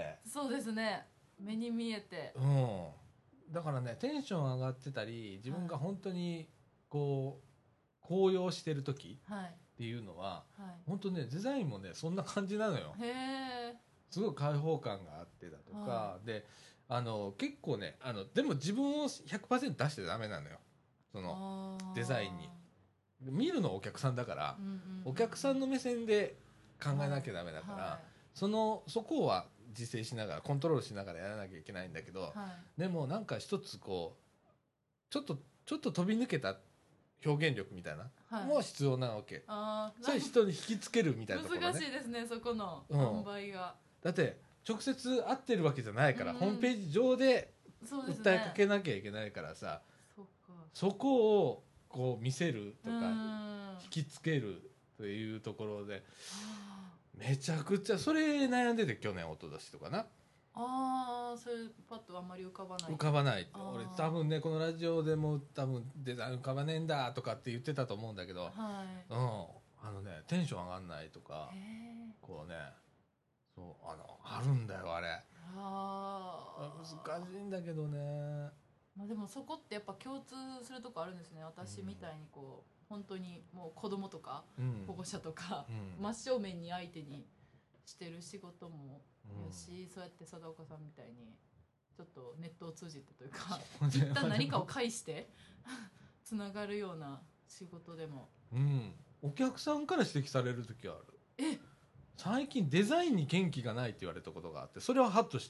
そうですね、目に見えて。 だからねテンション上がってたり自分が本当にこう高揚してる時っていうのは、本当ねデザインもねそんな感じなのよ。すごい開放感があってだとか、で結構ねでも自分を 100% 出してダメなのよ、そのデザインに。見るのお客さんだから、お客さんの目線で考えなきゃダメだから、そこは自制しながらコントロールしながらやらなきゃいけないんだけど、でもなんか一つこうちょっと飛び抜けた表現力みたいなも必要なわけ。それ人に引きつけるみたいなところね。 難しいですね、そこの塩梅が。 だって直接会ってるわけじゃないから、ホームページ上で訴えかけなきゃいけないからさ、そこをこう見せるとか引きつけるというところでめちゃくちゃそれ悩んでて、去年一昨年とかな。 それパッとあんまり浮かばない。 俺多分ねこのラジオでも多分デザイン浮かばねえんだとかって言ってたと思うんだけど、テンション上がんないとか、こうね、そうあるんだよあれ。難しいんだけどね。 でもそこってやっぱ共通するとこあるんですね。私みたいにこう本当にもう子供とか保護者とか真正面に相手にしてる仕事もやし、そうやって貞岡さんみたいにちょっとネットを通じてというか一旦何かを介してつながるような仕事でも、 お客さんから指摘される時はある。最近デザインに元気がないって言われたことがあって、それはハッとした。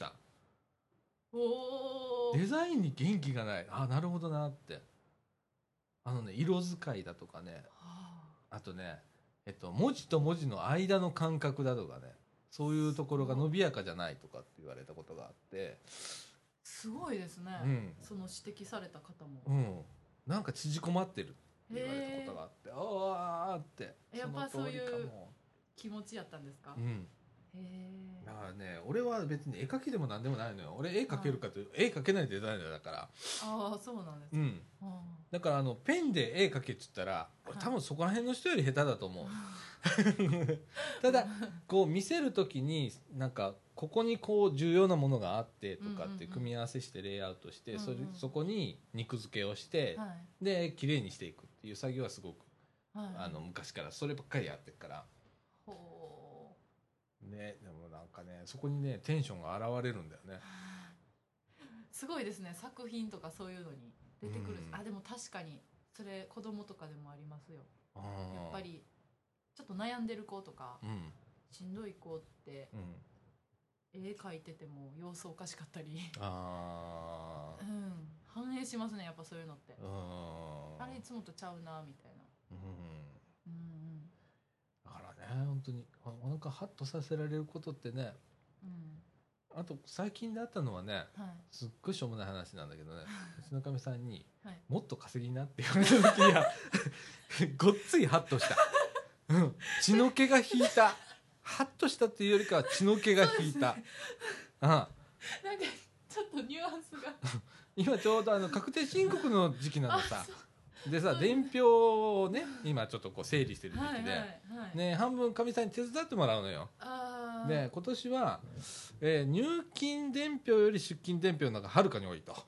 デザインに元気がない、なるほどなって。色使いだとかね、あとね、文字と文字の間の感覚だとかね、そういうところが伸びやかじゃないとかって言われたことがあって。 すごいですね、その指摘された方も、 なんか縮こまってるって言われたことがあって、 やっぱそういう気持ちやったんですか？ だからね、俺は別に絵描きでも何でもないのよ。俺絵描けるかというと、絵描けないデザイナーだから。 そうなんですね。 だからペンで絵描けって言ったら、多分そこら辺の人より下手だと思う。ただこう見せる時になんかここにこう重要なものがあってとかって組み合わせしてレイアウトして、そこに肉付けをして、で綺麗にしていくっていう作業はすごく昔からそればっかりやってるから。ね、でもなんかね、そこにねテンションが現れるんだよね。 すごいですね、作品とかそういうのに出てくる。でも確かにそれ子供とかでもありますよ。やっぱりちょっと悩んでる子とか、しんどい子って、絵描いてても様子おかしかったり反映しますね、やっぱそういうのって。あれいつもとちゃうなみたいな。 だからね、本当になんかハッとさせられることってね、あと最近であったのはね、すっごいしょうもない話なんだけどね、うちのかみさんに、もっと稼ぎなって言われた時にはごっついハッとした。血の気が引いた。ハッとしたっていうよりかは血の気が引いた。 なんかちょっとニュアンスが今ちょうど確定申告の時期なのさ。でさ、伝票をね今ちょっとこう整理してる時期で、ね、半分かみさんに手伝ってもらうのよ。 で今年は、入金伝票より出金伝票の方がはるかに多いと。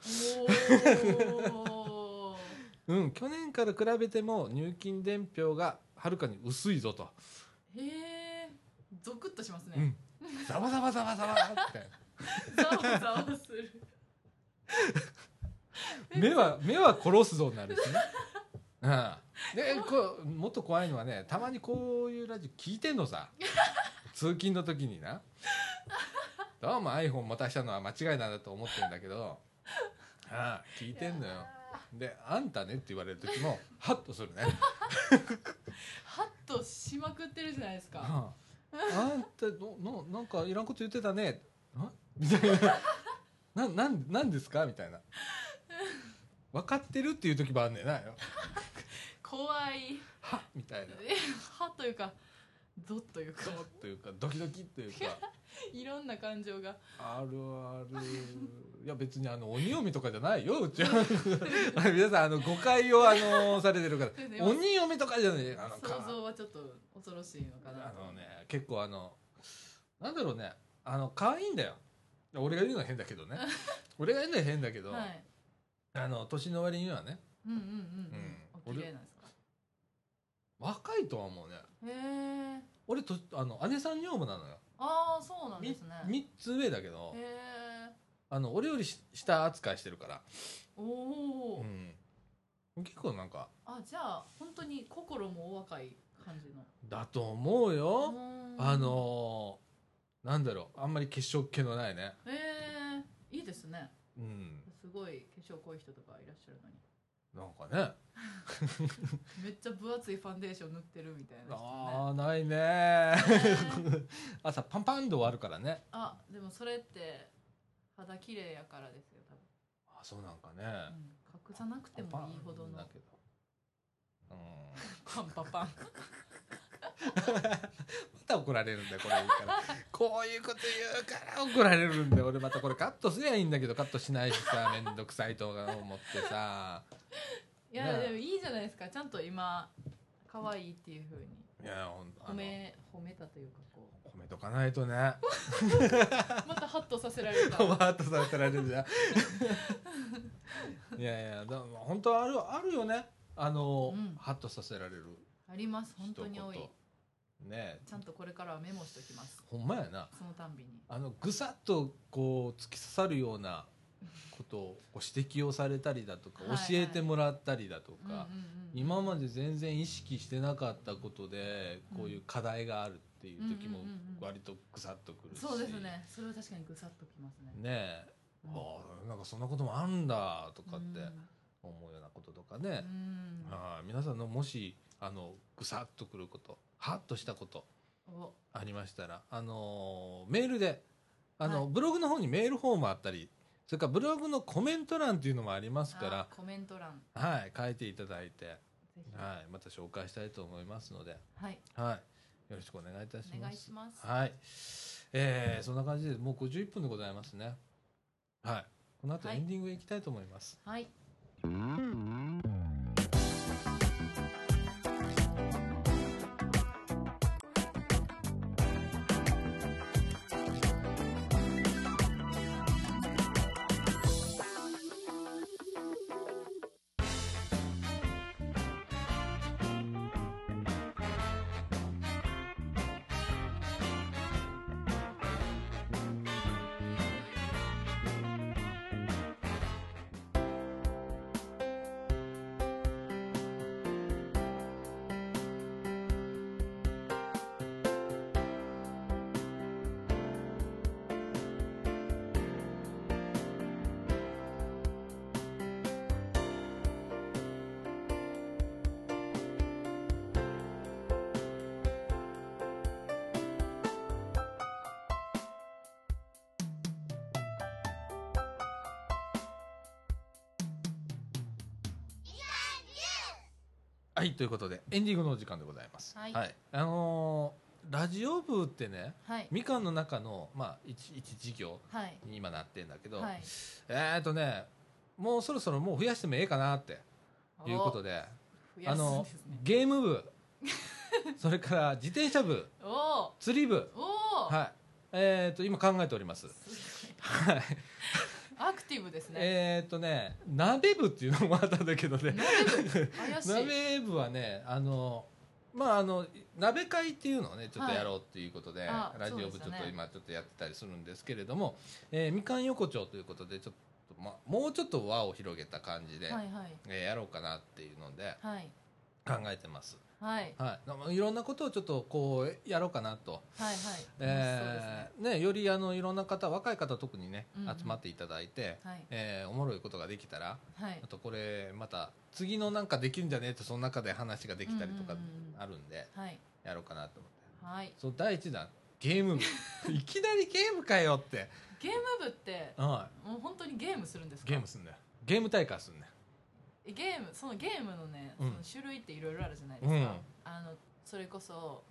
うん、去年から比べても入金伝票がはるかに薄いぞと。 へえ、ゾクッとしますね。 うん、ざわざわざわざわってざわざわする。 目は殺すぞになるしね。うん、でもっと怖いのはね、たまにこういうラジオ聞いてんのさ。通勤の時にな。どうも iPhone 持たしたのは間違いなんだと思ってるんだけど、聞いてんのよ。で、あんたねって言われる時もハッとするね。 ハッとしまくってるじゃないですか。 あんたなんかいらんこと言ってたねみたいな。なんですかみたいな。分かってるっていう時もあんねんなよ。 怖い。 はみたいな。 はというかゾッというかドキドキというかいろんな感情があるある。いや別に鬼嫁とかじゃないようちは。皆さん誤解をされてるから、鬼嫁とかじゃない。 想像はちょっと恐ろしいのかな。 結構なんだろうね、可愛いんだよ。俺が言うのは変だけどね。俺が言うのは変だけど、はい、年の割にはね。 お綺麗なんですか。 若いとは思うね。 へえ。 俺姉さん女房なのよ。 ああ、そうなんですね。 3つ上だけど、 へえ。 俺より下扱いしてるから。 おお、 うん、結構なんか、 じゃあ本当に心もお若い感じのだと思うよ。なんだろう、あんまり化粧気のないね。 へえ、いいですね。 うん、 すごい化粧濃い人とかいらっしゃるのに。 なんかね。 めっちゃ分厚いファンデーション塗ってるみたいな人ね。 ああ、ないね。朝パンパンで終わるからね。 でもそれって肌綺麗やからですよ、多分。 そうなんかね。 隠さなくてもいいほどの。 だけど。 パンパパン。 また怒られるんだよ、これ言うから。こういうこと言うから怒られるんだよ。俺またこれカットすりゃいいんだけど、カットしないしさ、めんどくさいと思ってさ。 いや、でもいいじゃないですか。ちゃんと今可愛いっていう風に。 いや、 褒めたというか、こう褒めとかないとね。 またハッとさせられる。 ハッとさせられるじゃん。いや本当あるよね。ハッとさせられる。 あります。本当に多い。 ね、 ちゃんとこれからはメモしておきます。 ほんまやな。 そのたんびにぐさっとこう突き刺さるようなことを指摘をされたりだとか、教えてもらったりだとか、今まで全然意識してなかったことでこういう課題があるっていう時も割とぐさっとくるし、 そうですね。それは確かにぐさっときますね。 ねえ、なんかそんなこともあんだとかって思うようなこととかね。皆さんのもしぐさっとくること、ハッとしたことありましたら、メールでブログの方にメールフォームあったり、それからブログのコメント欄っていうのもありますから、 コメント欄、 はい、書いていただいて、はい、また紹介したいと思いますので、 はい、 よろしくお願いいたします。 お願いします。 はい、そんな感じでもう51分でございますね。はい、この後エンディングへ行きたいと思います。 はい。 はい、ということでエンディングのお時間でございます。はい、ラジオ部ってね、みかんの中の一事業に今なってんだけど、もうそろそろもう増やしてもええかなっていうことで、ゲーム部それから自転車部、釣り部、 今考えております。はい。 アクティブですね。 鍋部っていうのもあったんだけどね。 鍋部怪しい。 鍋部はね、鍋会っていうのをねちょっとやろうっていうことで、ラジオ部ちょっと今ちょっとやってたりするんですけれども、みかん横丁ということでちょっと、もうちょっと輪を広げた感じで、やろうかなっていうので考えてます。はい、いろんなことをちょっとこうやろうかなと、よりいろんな方、若い方特にね、集まっていただいて、おもろいことができたら、あとこれまた次のなんかできるんじゃねえってその中で話ができたりとかあるんで、やろうかなと思って、そう第1弾ゲーム部いきなりゲームかよって。 ゲーム部って、もう本当にゲームするんですか？ ゲームするんだよ。ゲーム大会するんだよ。 そのゲームのね、その種類っていろいろあるじゃないですか。それこそ、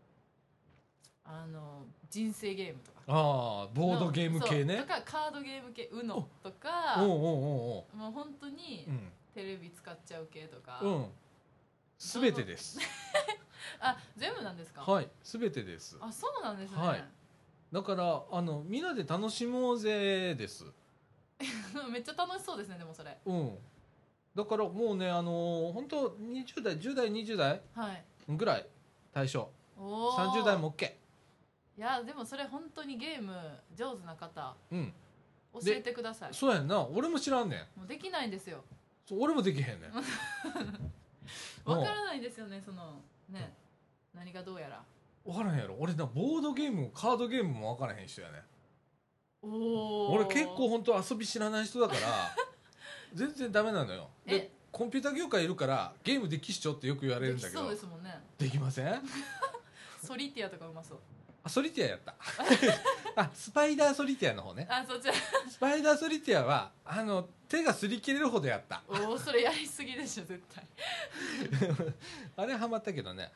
人生ゲームとか、 ボードゲーム系ね、 とかカードゲーム系、UNOとか、もう本当にテレビ使っちゃう系とか、 すべてです。 全部なんですか？ はい、すべてです。 そうなんですね。 だからみんなで楽しもうぜです。 めっちゃ楽しそうですね。でもそれ、 だからもうね、本当20代10代20代ぐらい対象、30代も OK。 いやでもそれ本当にゲーム上手な方、教えてください。 そうやんな、俺も知らんねん。 もうできないんですよ。 俺もできへんねん。 わからないですよね、そのね、何がどうやら分からへんやろ。俺な、ボードゲームもカードゲームも分からへん人やね。俺結構本当遊び知らない人だから全然ダメなのよ。でコンピューター業界いるからゲームできっしょってよく言われるんだけど、 できそうですもんね。 できません。 ソリティアとかうまそう。 ソリティアやったスパイダーソリティアの方ね。 そっち。 スパイダーソリティアは手が擦り切れるほどやった。 それやりすぎでしょ絶対。 あれハマったけどね。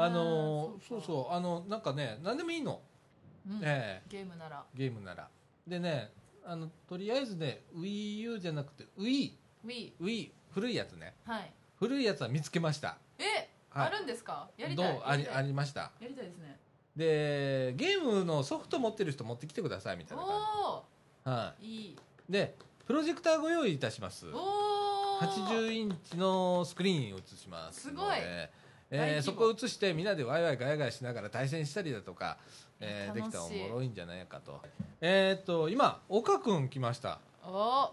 そうなんかね、何でもいいの、 ゲームならでね、とりあえずね WiiU じゃなくて Wii 古いやつね、古いやつは見つけました。 あるんですか？やりたい。 ありました。 やりたいですね。 でゲームのソフト持ってる人持ってきてくださいみたいな感じ。いい。でプロジェクターご用意いたします。80インチのスクリーンを映しますので、そこを映してみんなでワイワイガヤガヤしながら対戦したりだとか、できたらおもろいんじゃないかと。今岡くん来ました。はい、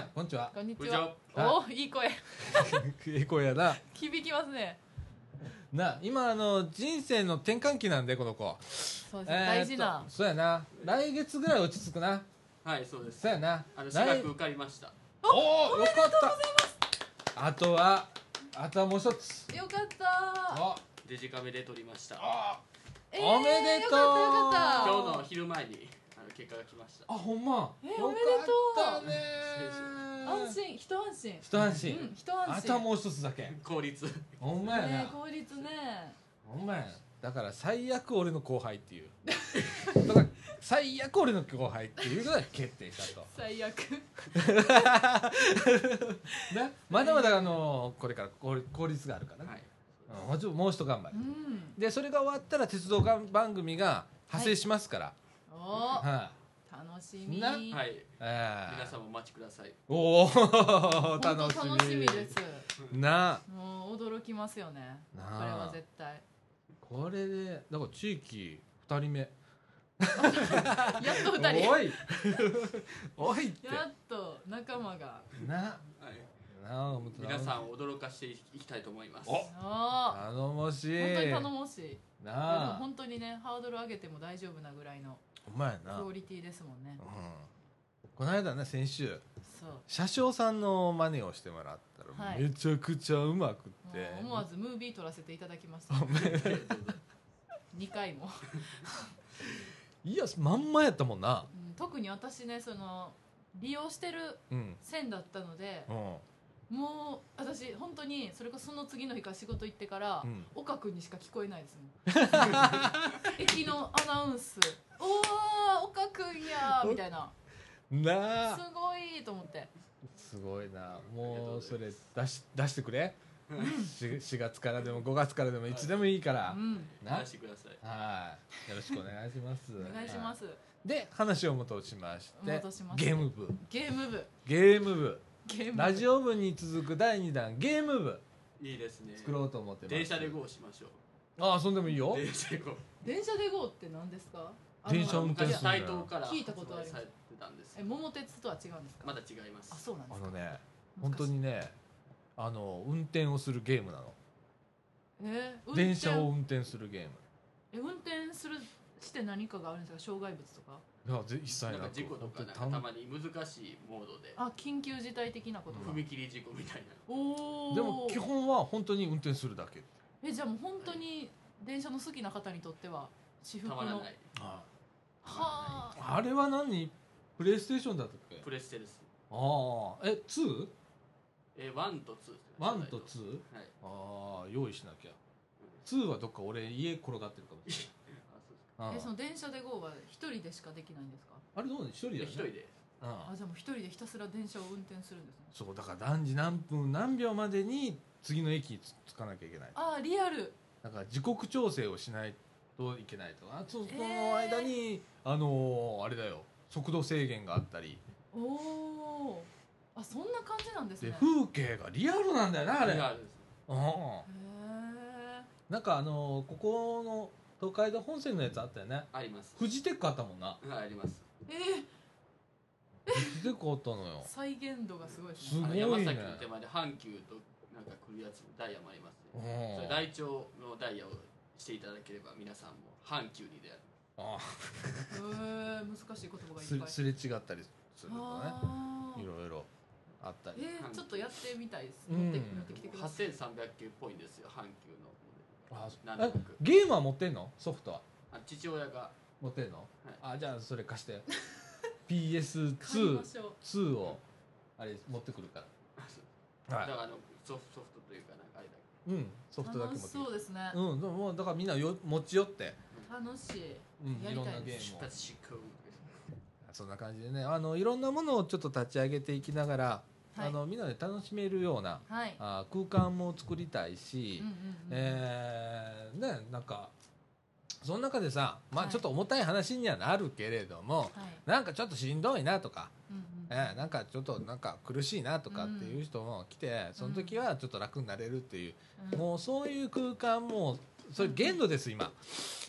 こんにちは。 こんにちは。いい声。 いい声やな。 響きますね。 今人生の転換期なんでこの子。 そうですね、大事な。 そうやな。来月ぐらい落ち着くな。 はい、そうです。 そうやな。 私学受かりました。 よかった。あとはもう一つ。 よかった。 デジカメで撮りました。 おめでとう。 今日の昼前に結果が来ました。 ほんま。 おめでとう。一安心。 あともう一つだけ。 効率。 ほんまやな。 効率ね。 ほんまや。だから最悪俺の後輩っていう。だから最悪俺の後輩っていうのが決定したと。 最悪。 まだまだこれから効率があるからね。もう一頑張り。でそれが終わったら鉄道番組が派生しますから。 楽しみ。 はい。皆さんもお待ちください。 楽しみです。もう驚きますよね。これは絶対。 これでだから地域2人目。やっと2人。 おいって。 やっと仲間が。 皆さんを驚かしていきたいと思います。 頼もしい。 本当に頼もしい。でも本当にね、ハードル上げても大丈夫なぐらいのクオリティですもんね。 この間ね、先週車掌さんの真似をしてもらったらめちゃくちゃうまくって思わずムービー撮らせていただきました。2回も。 いや、まんまやったもんな。 特に私ね、利用してる線だったので、もう私本当にそれこそその次の日から仕事行ってから岡君にしか聞こえないですもん。駅のアナウンス、おー岡君やみたいな。すごいと思って。 すごいな。もうそれ出してくれ。 4月からでも5月からでもいつでもいいから、 出してください。 はい、よろしくお願いしますお願いします。 で話を戻しまして、ゲーム部ラジオ部に続く第2弾ゲーム部、 いいですね、 作ろうと思ってます。 電車で GO しましょう。 ああ、そんでもいいよ。 電車で GO。 電車で GO って何ですか？ 電車運転するんだよ。 台東から聞いたことあります。桃鉄とは違うんですか？ まだ違います。 あ、そうなんですか。 ね、本当にね、運転をするゲームなの。電車を運転するゲーム。 運転して何かがあるんですか？障害物とか？ いや、一切なく。 事故とかたまに難しいモードで。 あ、緊急事態的なことが。 踏切事故みたいな。 おお。 でも基本は本当に運転するだけ。 じゃあもう本当に電車の好きな方にとっては至福の。たまらない。はあ。あれは何？プレイステーションだったっけ？ プレステです。 ああ、2？1 と2。 1と2？はい。ああ、用意しなきゃ。2はどっか俺家転がってるかもしれない。 その電車で GO は一人でしかできないんですか？ あれどうね、一人だよね。 一人で。 じゃあもう一人でひたすら電車を運転するんですね。 そうだから、何時何分何秒までに次の駅に着かなきゃいけない。 ああ、リアル。 だから時刻調整をしないといけないとか、その間にあれだよ、速度制限があったり。 おお。あ、そんな感じなんですね。 で、風景がリアルなんだよな、あれ。 リアルです。 なんかここの東海道本線のやつあったよね。 あります。 フジテックあったもんな。 はい、あります。 フジテックあったのよ。 再現度がすごいですね。すごいね。 山崎の手前で阪急となんか来るやつダイヤもありますね。それ大腸のダイヤをしていただければ皆さんも阪急に出会う。 ああ。難しい言葉がいっぱい。 すれ違ったりするとね。いろいろあったり。 ちょっとやってみたいです。持ってきてください。 8300球っぽいんですよ、阪急の。 ゲームは持ってんの？ソフトは父親が持ってんの？じゃあそれ貸して。PS2 をあれ持ってくるから。 だからソフトというかなんかあれだけ。 ソフトだけ持ってくる。そうですね。 もうだからみんな持ち寄って楽しい。 いろんなゲームを。そんな感じでね、いろんなものをちょっと立ち上げていきながら、みんなで楽しめるような空間も作りたいし、なんかその中でさ、ちょっと重たい話にはなるけれども、なんかちょっとしんどいなとか、なんかちょっとなんか苦しいなとかっていう人も来て、その時はちょっと楽になれるっていう、もうそういう空間もそれ限度です今。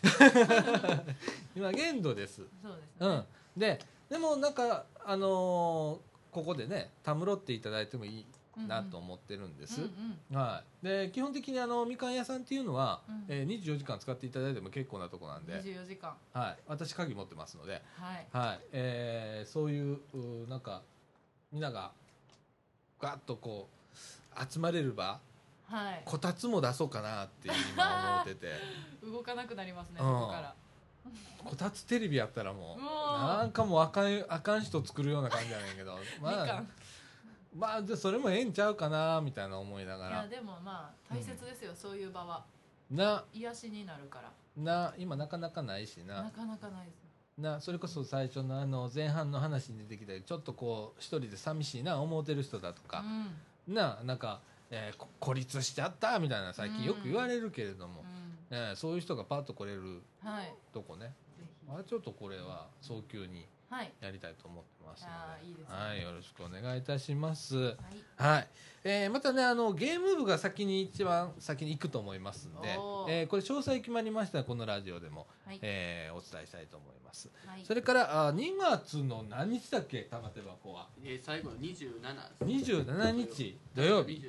今限度です。 そうですね。 でもなんかここでねたむろっていただいてもいいなと思ってるんです。で基本的にみかん屋さんっていうのは、24時間使っていただいても結構なとこなんで、 24時間、 私鍵持ってますので、そういうなんかみんながガッとこう集まれる場、こたつも出そうかなって今思ってて動かなくなりますね、ここから。 こたつテレビやったらもうなんかもうあかん人作るような感じやねんけどでそれもええんちゃうかなみたいな思いながら。 いやでも大切ですよ、そういう場は癒しになるから今なかなかないしなかなかないですそれこそ最初の前半の話に出てきたちょっとこう一人で寂しいな思うてる人だとか、なんか、孤立しちゃったみたいな最近よく言われるけれども、そういう人がパッと来れるとこね、ちょっとこれは早急にやりたいと思ってますので、よろしくお願いいたします。またねゲーム部が一番先に行くと思いますんで、これ詳細決まりましたらこのラジオでも、お伝えしたいと思います。それから2月の何日だっけ、玉手箱は。 最後の27 日土曜日。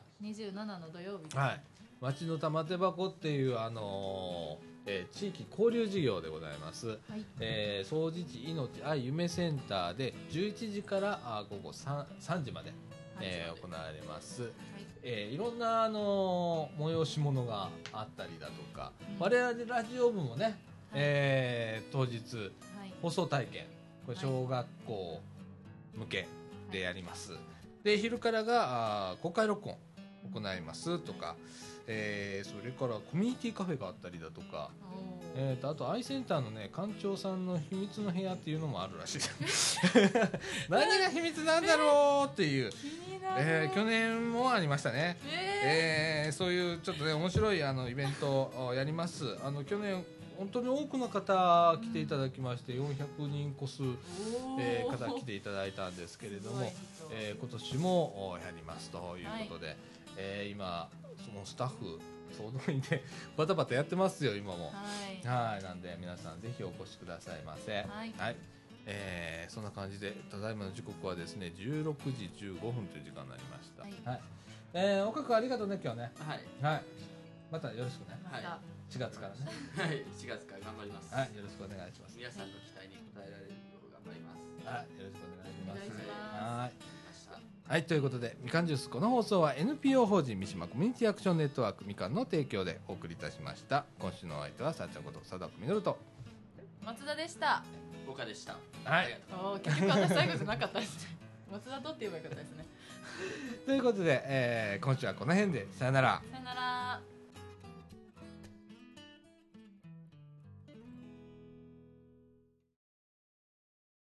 27の土曜日。 町の玉手箱っていう地域交流事業でございます。総持地いのち愛夢センターで11時から午後 3時まで、行われます。いろんな催し物があったりだとか、我々ラジオ部もね、当日、放送体験、これ小学校向けでやります。で昼からが公開録音行いますとか、それからコミュニティカフェがあったりだとか、 あとアイセンターのね館長さんの秘密の部屋っていうのもあるらしい何が秘密なんだろうっていう、去年もありましたね、そういうちょっとね面白いイベントをやります。去年本当に多くの方来ていただきまして400人越す、方来ていただいたんですけれども、今年もやりますということで、今そのスタッフ総動員でバタバタやってますよ今も。はい、なんで皆さんぜひお越しくださいませ。はい、そんな感じでただいまの時刻はですね16時15分という時間になりました。はい、岡君ありがとうね今日ね。はい、またよろしくね。4月からね。 はい、4月から頑張ります。 はい、よろしくお願いします。 皆さんの期待に応えられるよう頑張ります。 はい、よろしくお願いします。はい、ということでみかんジュース、この放送は NPO 法人三島コミュニティアクションネットワークみかんの提供でお送りいたしました。今週のお相手はさっちゃんこと佐田みのると松田でした。 岡でした。 はい。 結局私最後じゃなかったですね。松田とって言えばよかったですね。 ということで、今週はこの辺でさよなら。 さよなら。